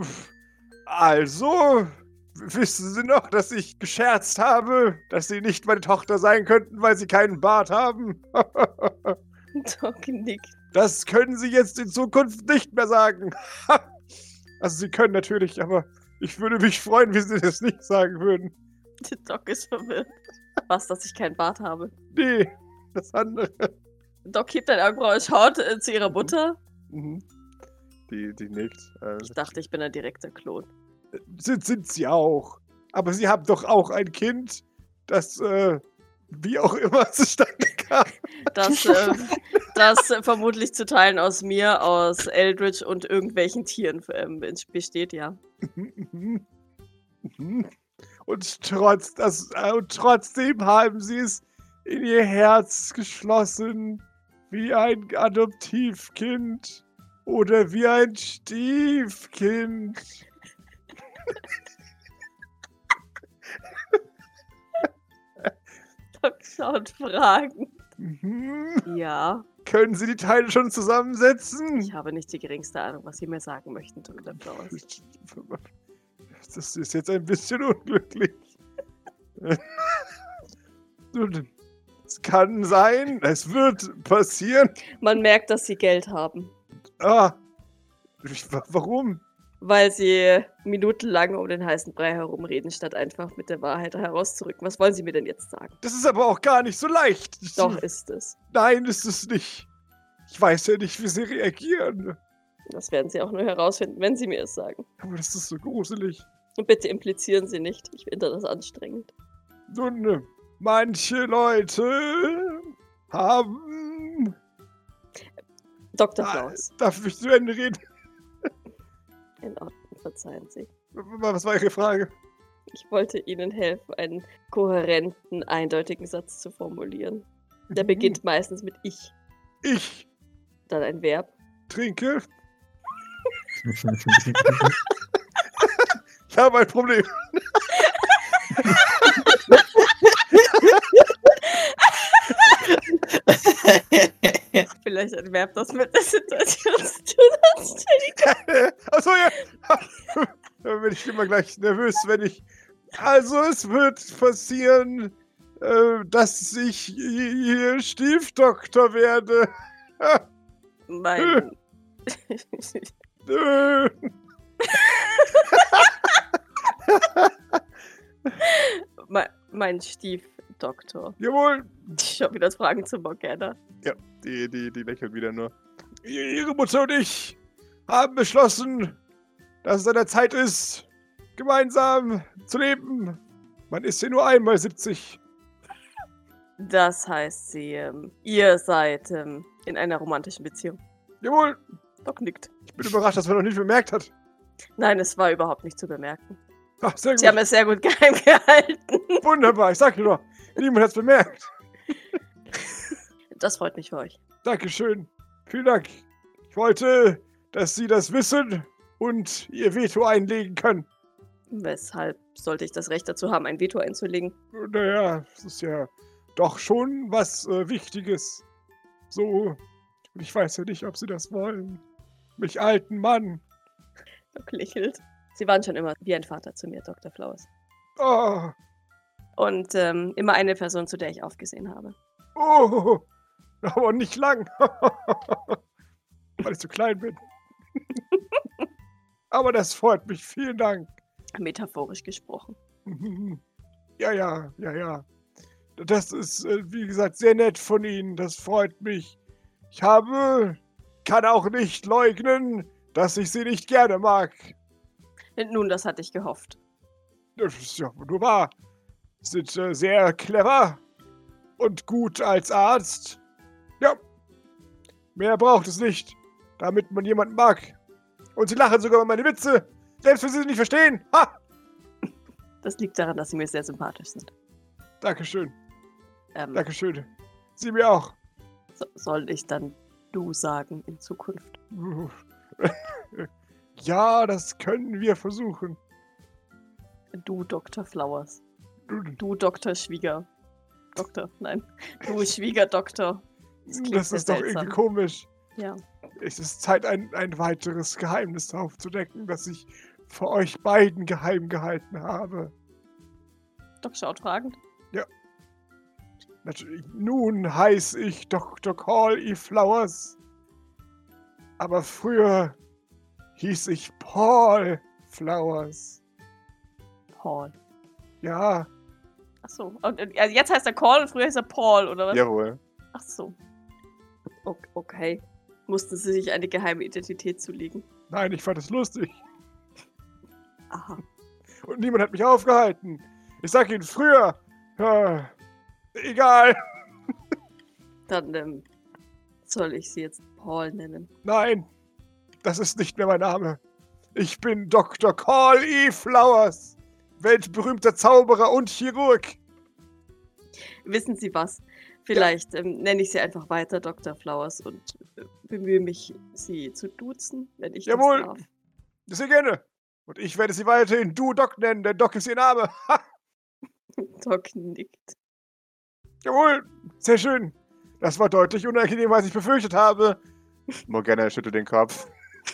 Also, wissen Sie noch, dass ich gescherzt habe, dass Sie nicht meine Tochter sein könnten, weil Sie keinen Bart haben? Doc nickt. Das können Sie jetzt in Zukunft nicht mehr sagen. Also, Sie können natürlich, aber ich würde mich freuen, wenn Sie das nicht sagen würden. Der Doc ist verwirrt. Was, dass ich keinen Bart habe? Nee, das andere. Doc hebt ein Augenbrauen und schaut zu ihrer Mutter. Mhm. Die nickt. Ich dachte, ich bin ein direkter Klon. Sind Sie auch. Aber Sie haben doch auch ein Kind, das, wie auch immer zustande kam. Das vermutlich zu Teilen aus mir, aus Eldritch und irgendwelchen Tieren besteht, ja. Und trotzdem haben Sie es in Ihr Herz geschlossen, wie ein Adoptivkind oder wie ein Stiefkind. Doc schaut fragend. Mhm. Ja, Können Sie die Teile schon zusammensetzen? ich habe nicht die geringste Ahnung, was Sie mir sagen möchten, Dr. Flowers. Das ist jetzt ein bisschen unglücklich. Es kann sein, es wird passieren. Man merkt, dass Sie Geld haben. Warum? Weil Sie minutenlang um den heißen Brei herumreden, statt einfach mit der Wahrheit herauszurücken. Was wollen Sie mir denn jetzt sagen? Das ist aber auch gar nicht so leicht. Doch ist es. Nein, ist es nicht. Ich weiß ja nicht, wie Sie reagieren. Das werden Sie auch nur herausfinden, wenn Sie mir es sagen. Aber das ist so gruselig. Und bitte implizieren Sie nicht. Ich finde das anstrengend. Nun, manche Leute haben... Dr. Flowers. Darf ich zu Ende reden? In Ordnung, verzeihen Sie. Was war Ihre Frage? Ich wollte Ihnen helfen, einen kohärenten, eindeutigen Satz zu formulieren. Der beginnt meistens mit ich. Ich Dann ein Verb. trinke. habe ein Problem. Vielleicht entwerbt das mit der Situation zu tun. Achso, ja. Da bin ich immer gleich nervös, wenn ich... Also, es wird passieren, dass ich ihr Stiefdoktor werde. Mein. Mein Stiefdoktor. Jawohl. Ich schau wieder das Fragen zu Morgana. Ja, die lächelt wieder nur. Ihre Mutter und ich haben beschlossen, dass es an der Zeit ist, gemeinsam zu leben. Man ist ja nur einmal 70. Das heißt, ihr seid in einer romantischen Beziehung. Jawohl. Doc nickt. Ich bin überrascht, dass man noch nicht bemerkt hat. Nein, es war überhaupt nicht zu bemerken. Ach, sehr gut. Sie haben es sehr gut geheim gehalten. Wunderbar, ich sag dir doch. Niemand hat's bemerkt. Das freut mich für euch. Dankeschön. Vielen Dank. Ich wollte, dass Sie das wissen und Ihr Veto einlegen können. Weshalb sollte ich das Recht dazu haben, ein Veto einzulegen? Naja, es ist ja doch schon was Wichtiges. So, und ich weiß ja nicht, ob Sie das wollen. Mich alten Mann. Doc lächelt. Sie waren schon immer wie ein Vater zu mir, Dr. Flowers. Oh, Und immer eine Person, zu der ich aufgesehen habe. oh, aber nicht lang. Weil ich zu klein bin. Aber das freut mich. Vielen Dank. Metaphorisch gesprochen. Ja. Das ist, wie gesagt, sehr nett von Ihnen. Das freut mich. Ich kann auch nicht leugnen, dass ich Sie nicht gerne mag. Nun, das hatte ich gehofft. Das ist ja wunderbar. Sie sind sehr clever und gut als Arzt. Ja, mehr braucht es nicht, damit man jemanden mag. Und Sie lachen sogar über meine Witze, selbst wenn Sie sie nicht verstehen. Ha! Das liegt daran, dass Sie mir sehr sympathisch sind. Dankeschön. Dankeschön. Sie mir auch. Soll ich dann du sagen in Zukunft? Ja, das können wir versuchen. Du, Dr. Flowers. Du, Dr. Schwieger. Doktor, nein. Du, Schwiegerdoktor. Das ist doch irgendwie komisch. Ja. Es ist Zeit, ein weiteres Geheimnis aufzudecken, das ich vor euch beiden geheim gehalten habe. Doc schaut fragend. Ja. Natürlich. Nun heiße ich Dr. Call E. Flowers. Aber früher hieß ich Paul Flowers. Paul. Ja. Achso. Also jetzt heißt er Call und früher hieß er Paul, oder was? Jawohl. Ach so. Okay. Mussten sie sich eine geheime Identität zulegen? Nein, ich fand es lustig. Aha. Und niemand hat mich aufgehalten. Ich sag Ihnen früher. Egal. Dann soll ich sie jetzt Paul nennen. Nein, das ist nicht mehr mein Name. Ich bin Dr. Call E. Flowers, weltberühmter Zauberer und Chirurg. Wissen Sie was? Vielleicht nenne ich sie einfach weiter Dr. Flowers und bemühe mich, sie zu duzen, wenn ich Jawohl. das darf. Sehr gerne. Und ich werde sie weiterhin Du Doc nennen, denn Doc ist ihr Name. Ha! Doc nickt. Jawohl, sehr schön. Das war deutlich unangenehmer, als ich befürchtet habe. Morgana schüttelt den Kopf.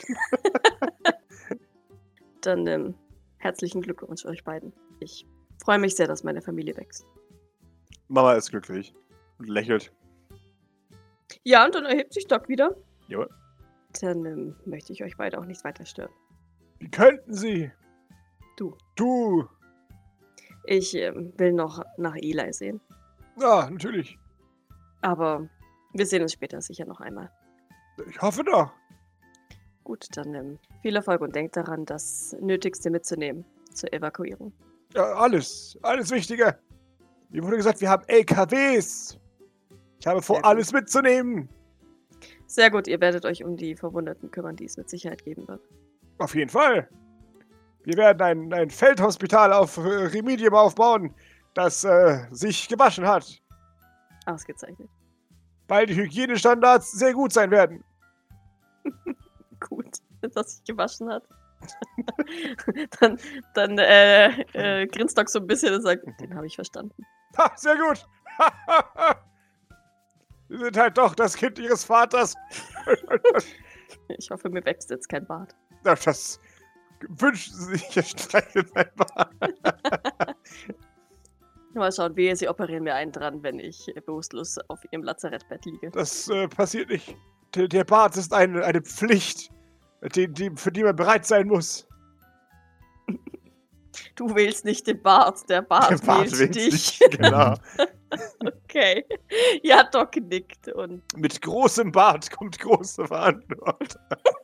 Dann herzlichen Glückwunsch euch beiden. Ich freue mich sehr, dass meine Familie wächst. Mama ist glücklich und lächelt. Ja, und dann erhebt sich Doc wieder. Jawohl. Dann möchte ich euch beide auch nicht weiter stören. Wie könnten Sie? Du. Ich will noch nach Eli sehen. Ja, natürlich. Aber wir sehen uns später sicher noch einmal. Ich hoffe doch. Gut, dann viel Erfolg und denkt daran, das Nötigste mitzunehmen zur Evakuierung. Ja, alles Wichtige. Mir wurde gesagt, wir haben LKWs. Ich habe vor, Sehr gut. alles mitzunehmen. Sehr gut, ihr werdet euch um die Verwundeten kümmern, die es mit Sicherheit geben wird. Auf jeden Fall. Wir werden ein Feldhospital auf Remedium aufbauen, das sich gewaschen hat. Ausgezeichnet. Weil die Hygienestandards sehr gut sein werden. Gut, dass sich gewaschen hat. Dann grinst Doc so ein bisschen und sagt, den habe ich verstanden. Ha, sehr gut. Sie sind halt doch das Kind ihres Vaters. Ich hoffe, mir wächst jetzt kein Bart. Das wünschen Sie sich. Ich streiche mein Bart. Mal schauen, sie operieren mir einen dran, wenn ich bewusstlos auf ihrem Lazarettbett liege. Das passiert nicht. Der Bart ist eine Pflicht, für die man bereit sein muss. Du wählst nicht den Bart, der Bart wählt dich. Nicht, genau. Okay. Ja, Doc nickt und... Mit großem Bart kommt große Verantwortung.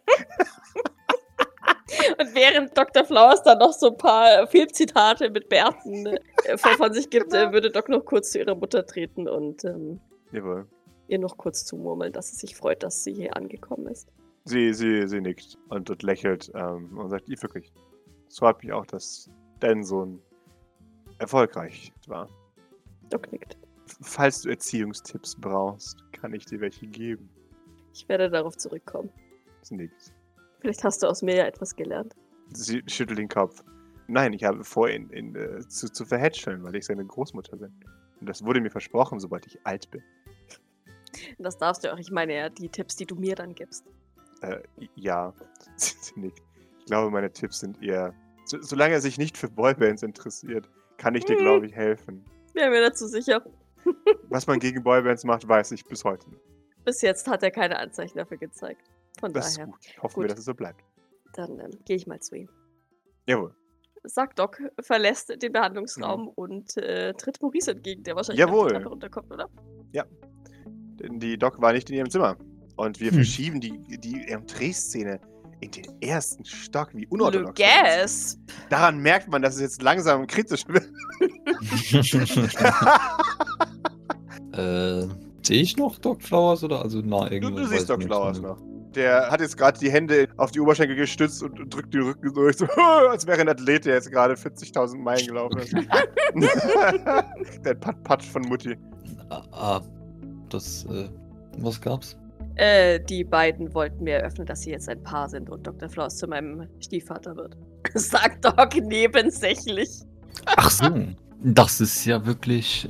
Und während Dr. Flowers dann noch so ein paar Filmzitate mit Bärten von sich gibt, würde Doc noch kurz zu ihrer Mutter treten und Jawohl. ihr noch kurz zumurmeln, dass sie sich freut, dass sie hier angekommen ist. Sie nickt und lächelt und sagt, wirklich, es freut mich auch, dass dein Sohn erfolgreich war. Doc nickt. Falls du Erziehungstipps brauchst, kann ich dir welche geben. Ich werde darauf zurückkommen. Sie nickt. Vielleicht hast du aus mir ja etwas gelernt. Sie schüttelt den Kopf. Nein, ich habe vor, ihn zu verhätscheln, weil ich seine Großmutter bin. Und das wurde mir versprochen, sobald ich alt bin. Das darfst du auch. Ich meine ja, die Tipps, die du mir dann gibst. Ja, sie nickt. Ich glaube, meine Tipps sind eher... solange er sich nicht für Boybands interessiert, kann ich dir, glaube ich, helfen. Wäre mir dazu sicher. Was man gegen Boybands macht, weiß ich bis heute nicht. Bis jetzt hat er keine Anzeichen dafür gezeigt. Von Das daher. ist gut. Hoffen wir, dass es so bleibt. Dann gehe ich mal zu ihm. Jawohl. Sagt Doc, verlässt den Behandlungsraum und tritt Maurice entgegen, der wahrscheinlich Jawohl. die Treppe runterkommt, oder? Ja. Denn die Doc war nicht in ihrem Zimmer. Und wir verschieben die Drehszene in den ersten Stock. Wie unorthodox. Gasp! Daran merkt man, dass es jetzt langsam kritisch wird. Sehe ich noch Doc Flowers oder also irgendwo? Du siehst Doc Flowers noch. Der hat jetzt gerade die Hände auf die Oberschenkel gestützt und drückt den Rücken durch, so, als wäre ein Athlet, der jetzt gerade 40.000 Meilen gelaufen ist. Der Pat-Pat von Mutti. Was gab's? Die beiden wollten mir eröffnen, dass sie jetzt ein Paar sind und Dr. Flowers zu meinem Stiefvater wird. Sagt Doc nebensächlich. Ach so. Das ist ja wirklich,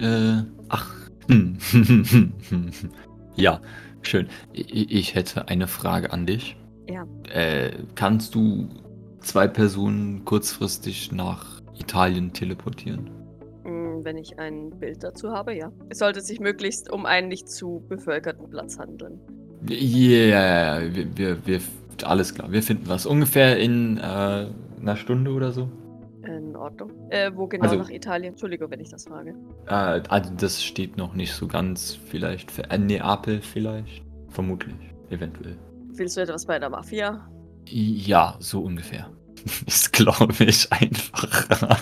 Ja, schön. Ich hätte eine Frage an dich. Ja. Kannst du 2 Personen kurzfristig nach Italien teleportieren? Wenn ich ein Bild dazu habe, ja. Es sollte sich möglichst um einen nicht zu bevölkerten Platz handeln. Ja, wir alles klar. Wir finden was. Ungefähr in einer Stunde oder so. In Ordnung. Wo genau Also- nach Italien? Entschuldigung, wenn ich das frage. Also das steht noch nicht so ganz. Vielleicht für Neapel vielleicht. Vermutlich. Eventuell. Willst du etwas bei der Mafia? Ja, so ungefähr. Ist, glaube ich, einfacher.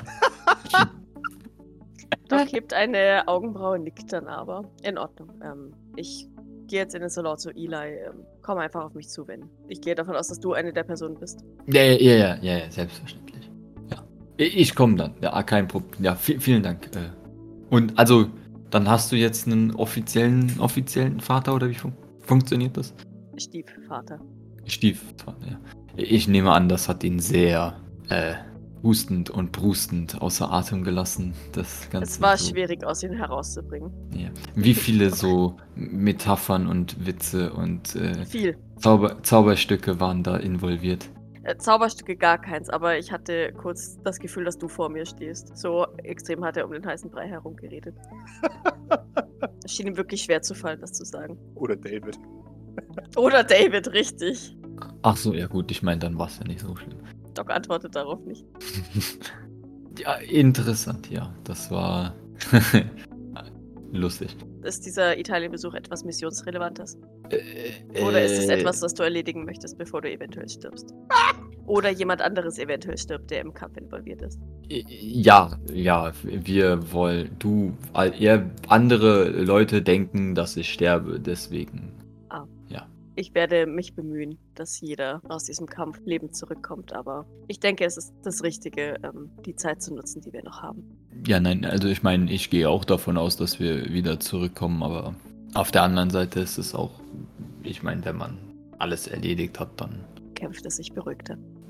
Doc hebt eine Augenbraue, nickt dann aber. In Ordnung. Ich gehe jetzt in den Salon zu Eli. Komm einfach auf mich zu, wenn. Ich gehe davon aus, dass du eine der Personen bist. Ja, selbstverständlich. Ja. Ich komme dann. Ja, kein Problem. Ja, vielen Dank. Und also, dann hast du jetzt einen offiziellen Vater oder wie funktioniert das? Stiefvater. Stiefvater, ja. Ich nehme an, das hat ihn sehr hustend und brustend außer Atem gelassen. Das Ganze Es war so. schwierig, aus ihm herauszubringen. Ja. Wie viele so Metaphern und Witze und Viel. Zauberstücke waren da involviert? Zauberstücke gar keins, aber ich hatte kurz das Gefühl, dass du vor mir stehst. So extrem hat er um den heißen Brei herumgeredet. Es schien ihm wirklich schwer zu fallen, das zu sagen. Oder David. Oder David, richtig. Ach so, ja gut, ich meine, dann war es ja nicht so schlimm. Doc antwortet darauf nicht. Ja, interessant, ja. Das war lustig. Ist dieser Italien-Besuch etwas Missionsrelevantes? Oder ist es etwas, was du erledigen möchtest, bevor du eventuell stirbst? Oder jemand anderes eventuell stirbt, der im Kampf involviert ist? Ja, wir wollen, andere Leute denken, dass ich sterbe, deswegen. Ich werde mich bemühen, dass jeder aus diesem Kampf lebend zurückkommt, aber ich denke, es ist das Richtige, die Zeit zu nutzen, die wir noch haben. Ja, nein, also ich meine, ich gehe auch davon aus, dass wir wieder zurückkommen, aber auf der anderen Seite ist es auch, ich meine, wenn man alles erledigt hat, dann... Kämpft es sich beruhigter.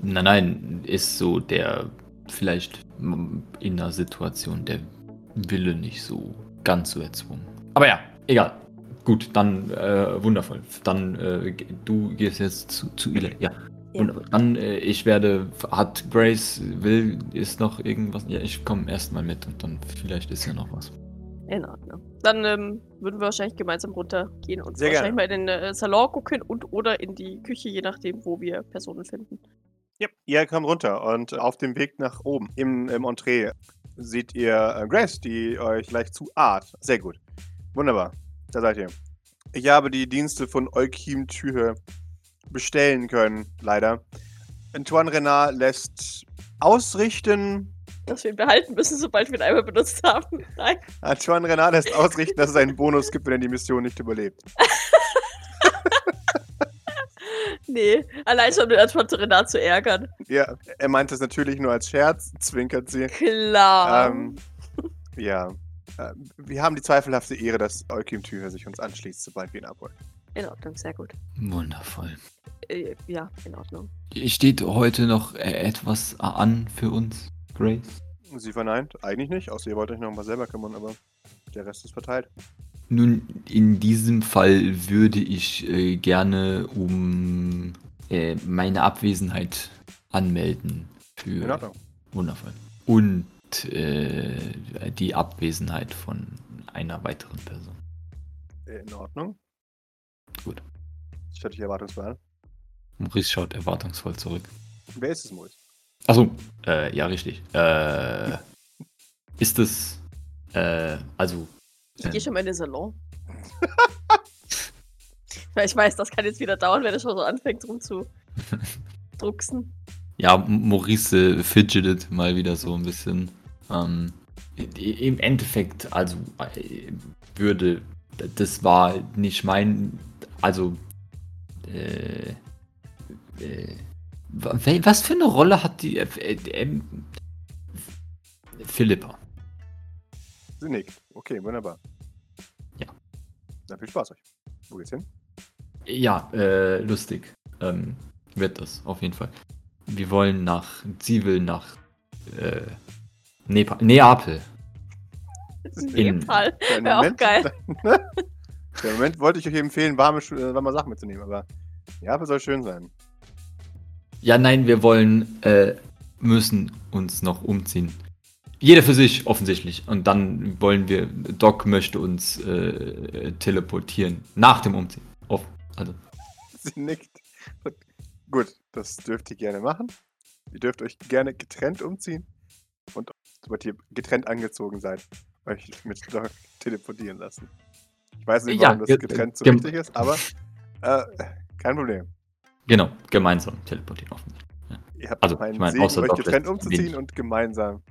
Nein, ist so der, vielleicht in einer Situation der Wille nicht so ganz so erzwungen. Aber ja, egal. Gut, dann wundervoll. Dann du gehst jetzt zu Ile. Ja. Ja. Wundervoll. Dann hat Grace, ist noch irgendwas? Ja, ich komme erstmal mit und dann vielleicht ist ja noch was. In Ordnung. Dann würden wir wahrscheinlich gemeinsam runtergehen und Sehr wahrscheinlich gerne. mal in den Salon gucken oder in die Küche, je nachdem, wo wir Personen finden. Ja, ihr kommt runter und auf dem Weg nach oben im Entree seht ihr Grace, die euch leicht zuahrt. Sehr gut. Wunderbar. Da seid ihr. Ich habe die Dienste von Eukim Tühe bestellen können, leider. Antoine Renard lässt ausrichten. Dass wir ihn behalten müssen, sobald wir ihn einmal benutzt haben. Nein. Antoine Renard lässt ausrichten, dass es einen Bonus gibt, wenn er die Mission nicht überlebt. Nee, allein schon, um den Antoine Renard zu ärgern. Ja, er meint es natürlich nur als Scherz, zwinkert sie. Klar. Ja. Wir haben die zweifelhafte Ehre, dass Eukim Tühe sich uns anschließt, sobald wir ihn abholen. In Ordnung, sehr gut. Wundervoll. Ja, in Ordnung. Steht heute noch etwas an für uns, Grace? Sie verneint, eigentlich nicht, außer ihr wollt euch noch mal selber kümmern, aber der Rest ist verteilt. Nun, in diesem Fall würde ich gerne um meine Abwesenheit anmelden. In Für Ordnung. wundervoll. Und die Abwesenheit von einer weiteren Person. In Ordnung. Gut. Ich hatte dich erwartungsvoll an. Maurice schaut erwartungsvoll zurück. Wer ist es, Maurice? Achso, ja, richtig. Ist es, also... Ich gehe schon mal in den Salon. Weil ich weiß, das kann jetzt wieder dauern, wenn er schon so anfängt rumzudrucksen. Ja, Maurice fidgetet mal wieder so ein bisschen. Im Endeffekt, also das war nicht mein, also was für eine Rolle hat die Philippa? Sie nickt. Okay, wunderbar. Ja. Dann viel Spaß euch. Wo geht's hin? Ja, lustig. Wird das, auf jeden Fall. Sie will nach Neapel. Nepal. Für einen Wäre auch Moment- geil. Für den Moment wollte ich euch empfehlen, warme Sachen mitzunehmen, aber ja, soll schön sein. Ja, nein, wir müssen uns noch umziehen. Jeder für sich, offensichtlich. Und dann Doc möchte uns teleportieren. Nach dem Umziehen. Also. Sie nickt. Gut, das dürft ihr gerne machen. Ihr dürft euch gerne getrennt umziehen. Und sobald ihr getrennt angezogen seid, euch mit Doc teleportieren lassen. Ich weiß nicht, warum das getrennt so wichtig ist, aber kein Problem. Genau, gemeinsam teleportieren, offensichtlich. Ja. Ihr habt Also, meinen ich meine, Segen, außer euch Doc getrennt lässt umzuziehen wenig. und gemeinsam.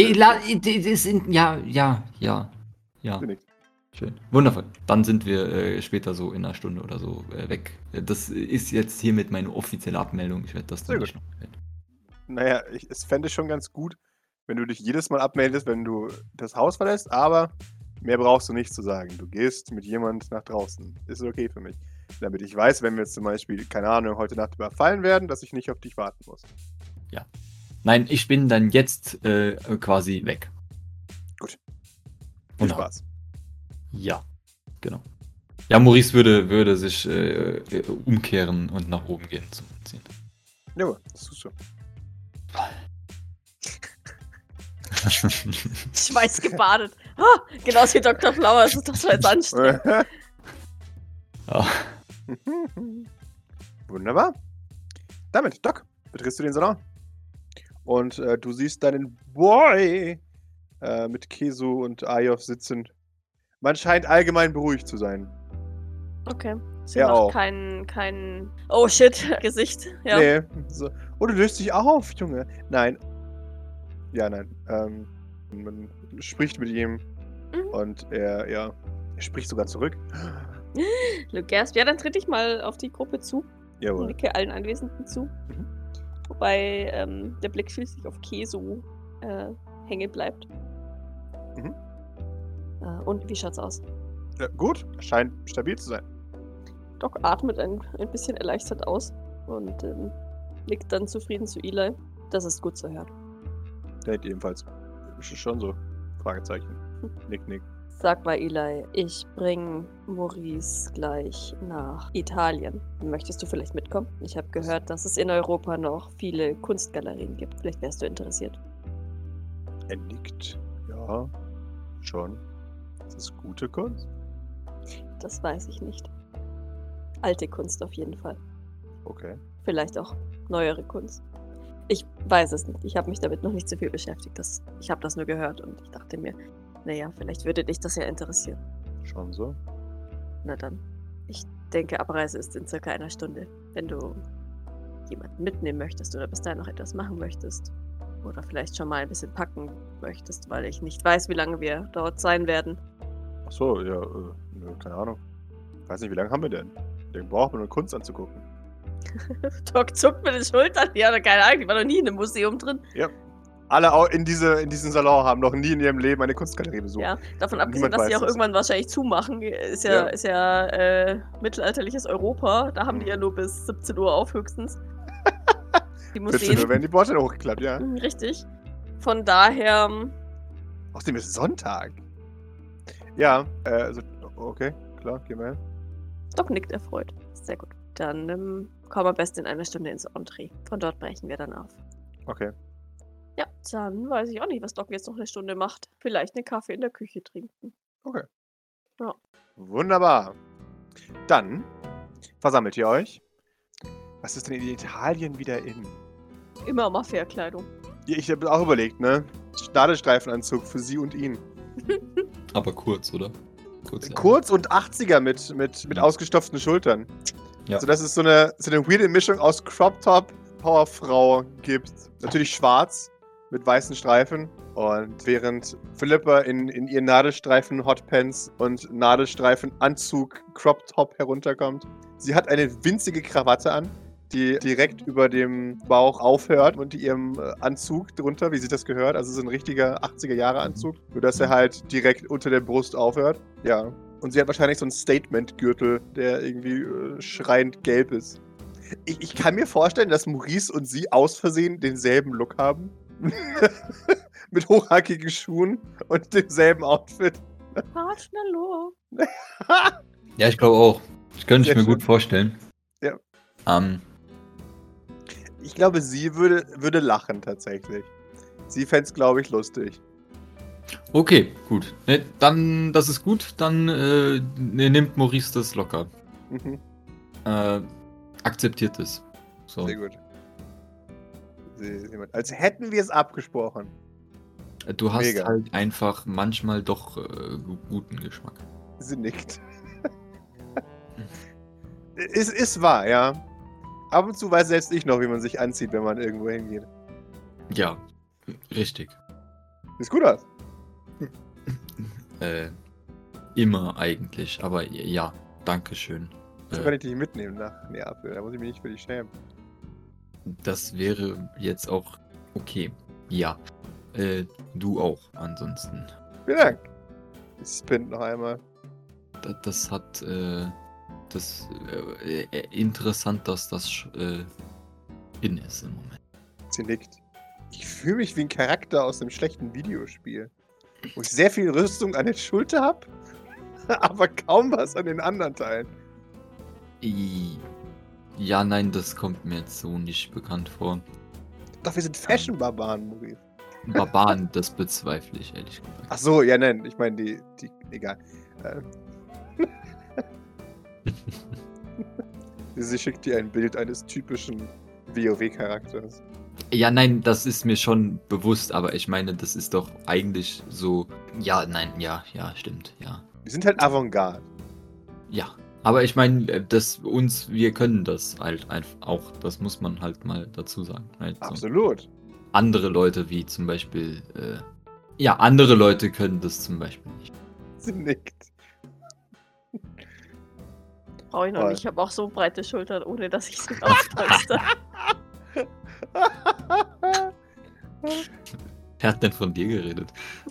Ja. Sie nickt. Schön. Wundervoll. Dann sind wir später so in einer Stunde oder so weg. Das ist jetzt hiermit meine offizielle Abmeldung. Ich werde das dann Sehr nicht noch erwähnen. Naja, es fände ich schon ganz gut, wenn du dich jedes Mal abmeldest, wenn du das Haus verlässt, aber mehr brauchst du nicht zu sagen. Du gehst mit jemand nach draußen. Ist okay für mich. Damit ich weiß, wenn wir jetzt zum Beispiel, keine Ahnung, heute Nacht überfallen werden, dass ich nicht auf dich warten muss. Nein, ich bin dann jetzt quasi weg. Gut. Viel Wunderbar. Spaß. Ja, genau. Ja, Maurice würde sich umkehren und nach oben gehen zum Ziehen. Ja, das tust du. Schweiß gebadet. Ah, genauso wie Dr. Flowers. Das war jetzt anstrengend. Ja. Wunderbar. Damit, Doc, betrittst du den Salon. Und du siehst deinen Boy mit Kesu und Ayov sitzen. Man scheint allgemein beruhigt zu sein. Okay. Sie Er macht auch. kein Oh shit, Gesicht. Ja. Nee. So. Oh, du löst dich auf, Junge. Nein. Ja, nein. Man spricht mit ihm Mhm. und er spricht sogar zurück. Luke Gasp. Ja, dann tritt ich mal auf die Gruppe zu. Jawohl. Nicke allen Anwesenden zu. Mhm. Wobei der Blick schließlich auf Kesu hängen bleibt. Mhm. Und wie schaut's aus? Ja, gut, scheint stabil zu sein. Doc atmet ein bisschen erleichtert aus und nickt dann zufrieden zu Eli. Das ist gut zu hören. Der hat ebenfalls. Ist schon so. Fragezeichen. Nick. Sag mal, Eli, ich bring Maurice gleich nach Italien. Möchtest du vielleicht mitkommen? Ich habe gehört, dass es in Europa noch viele Kunstgalerien gibt. Vielleicht wärst du interessiert. Er nickt. Ja, schon. Das ist gute Kunst. Das weiß ich nicht. Alte Kunst auf jeden Fall. Okay. Vielleicht auch neuere Kunst. Ich weiß es nicht. Ich habe mich damit noch nicht so viel beschäftigt. Ich habe das nur gehört und ich dachte mir, naja, vielleicht würde dich das ja interessieren. Schon so. Na dann. Ich denke, Abreise ist in circa einer Stunde. Wenn du jemanden mitnehmen möchtest oder bis dahin noch etwas machen möchtest. Oder vielleicht schon mal ein bisschen packen möchtest, weil ich nicht weiß, wie lange wir dort sein werden. Ach so, ja, keine Ahnung. Weiß nicht, wie lange haben wir denn? Den braucht man nur Kunst anzugucken. Doc zuckt mit den Schultern. Ja, keine Ahnung, die war noch nie in einem Museum drin. Ja. Alle in diesem Salon haben noch nie in ihrem Leben eine Kunstgalerie besucht. Ja, davon abgesehen, Niemand dass sie weiß auch das. irgendwann wahrscheinlich zumachen. Ist ja mittelalterliches Europa. Da haben die ja nur bis 17 Uhr auf höchstens. Die 14 Museen. Uhr werden die Bordsteine hochgeklappt, ja. Richtig. Von daher, Außerdem ist Sonntag. Ja, also, okay, klar, gehen wir hin. Doc nickt erfreut. Sehr gut. Dann komm am besten in einer Stunde ins Entree. Von dort brechen wir dann auf. Okay. Ja, dann weiß ich auch nicht, was Doc jetzt noch eine Stunde macht. Vielleicht einen Kaffee in der Küche trinken. Wunderbar. Dann versammelt ihr euch. Was ist denn in Italien wieder in? Immer Mafia-Kleidung. Ja, ich habe auch überlegt, ne? Nadelstreifenanzug für sie und ihn. Aber kurz, oder? Kurz. Kurz und 80er mit Ja. ausgestopften Schultern. Ja. Also dass es so eine weirde Mischung aus Crop Top, Powerfrau gibt. Natürlich schwarz mit weißen Streifen. Und während Philippa in ihren Nadelstreifen Hotpants und Nadelstreifen Anzug Crop Top herunterkommt. Sie hat eine winzige Krawatte an, die direkt über dem Bauch aufhört und ihrem Anzug drunter, wie sich das gehört. Also so ein richtiger 80er-Jahre-Anzug, nur dass er halt direkt unter der Brust aufhört. Ja. Und sie hat wahrscheinlich so einen Statement-Gürtel, der irgendwie schreiend gelb ist. Ich kann mir vorstellen, dass Maurice und sie aus Versehen denselben Look haben. Mit hochhackigen Schuhen und demselben Outfit. Fahrt schnell los. Ja, ich glaube auch. Das könnte Sehr ich mir schön. gut vorstellen. Ja. Ich Ich glaube, sie würde lachen tatsächlich. Sie fände es, glaube ich, lustig. Okay, gut. Ne, dann, das ist gut. Dann nimmt Maurice das locker. Mhm. Akzeptiert es. So. Sehr gut. Als hätten wir es abgesprochen. Du hast Mega. halt einfach manchmal doch guten Geschmack. Sie nickt. ist wahr, ja. Ab und zu weiß selbst ich noch, wie man sich anzieht, wenn man irgendwo hingeht. Ja, richtig. Sieht gut aus. Immer eigentlich, aber ja, dankeschön. So kann ich dich mitnehmen nach Neapel. Da muss ich mich nicht für dich schämen. Das wäre jetzt auch okay. Ja. Du auch, ansonsten. Vielen Dank. Ich spinnt noch einmal. Das hat interessant, dass das in ist im Moment. Sie nickt. Ich fühle mich wie ein Charakter aus einem schlechten Videospiel. Wo ich sehr viel Rüstung an der Schulter habe, aber kaum was an den anderen Teilen. Ja, nein, das kommt mir jetzt so nicht bekannt vor. Doch, wir sind Fashion-Barbaren, Maurice. Barbaren, das bezweifle ich, ehrlich gesagt. Ach so, ja, nein, ich meine die egal. Sie schickt dir ein Bild eines typischen WoW-Charakters. Ja, nein, das ist mir schon bewusst, aber ich meine, das ist doch eigentlich so. Ja, nein, ja, stimmt, ja. Wir sind halt Avantgarde. Ja. Aber ich meine, wir können das halt einfach auch, das muss man halt mal dazu sagen. Halt so. Absolut. Andere Leute wie zum Beispiel, andere Leute können das zum Beispiel nicht. Sie nickt. Brauche ich noch Voll. nicht. Ich habe auch so breite Schultern, ohne dass ich sie aufpolster. Wer hat denn von dir geredet?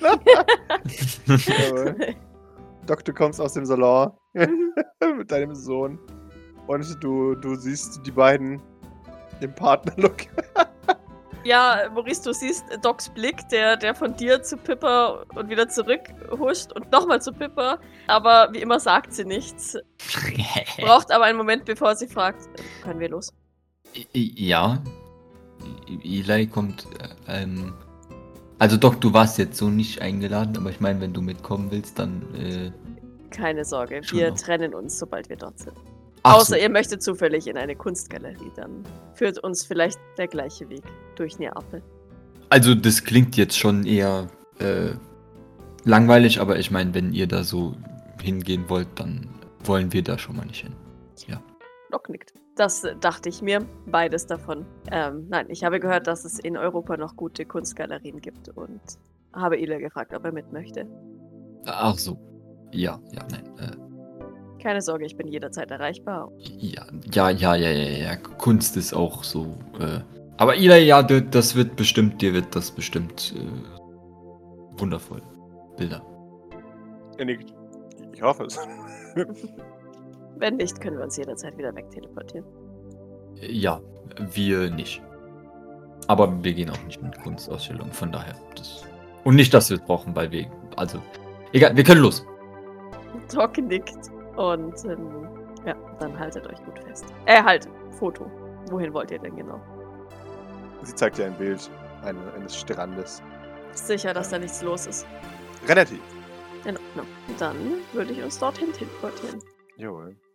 Jawohl. Doc, du kommst aus dem Salon mit deinem Sohn und du siehst die beiden Im Partnerlook. Ja, Maurice, du siehst Docs Blick, der von dir zu Pippa und wieder zurück huscht und nochmal zu Pippa. Aber wie immer sagt sie nichts. Braucht aber einen Moment, bevor sie fragt, können wir los? Ja. Eli kommt, also Doc, du warst jetzt so nicht eingeladen, aber ich meine, wenn du mitkommen willst, dann, Keine Sorge, Schon wir noch. trennen uns, sobald wir dort sind. Ach Außer so. ihr möchtet zufällig in eine Kunstgalerie, dann führt uns vielleicht der gleiche Weg durch Neapel. Also das klingt jetzt schon eher langweilig, aber ich meine, wenn ihr da so hingehen wollt, dann wollen wir da schon mal nicht hin. Doc nickt. Das dachte ich mir, beides davon. Nein, ich habe gehört, dass es in Europa noch gute Kunstgalerien gibt und habe Ile gefragt, ob er mit möchte. Ach so. Ja, nein. Keine Sorge, ich bin jederzeit erreichbar. Ja. Kunst ist auch so. Aber Eli, ja, dir wird das bestimmt wundervoll. Bilder. Er nickt. Ich hoffe es. Wenn nicht, können wir uns jederzeit wieder wegteleportieren. Ja, wir nicht. Aber wir gehen auch nicht mit Kunstausstellungen, von daher. Und nicht, dass wir es brauchen, weil wir. Also. Egal, wir können los. Doc nickt und ja, dann haltet euch gut fest. Halt, Foto. Wohin wollt ihr denn genau? Sie zeigt dir ein Bild eines Strandes. Sicher, dass da nichts los ist. Relativ. In Ordnung. Dann würde ich uns dorthin teleportieren. Jawohl.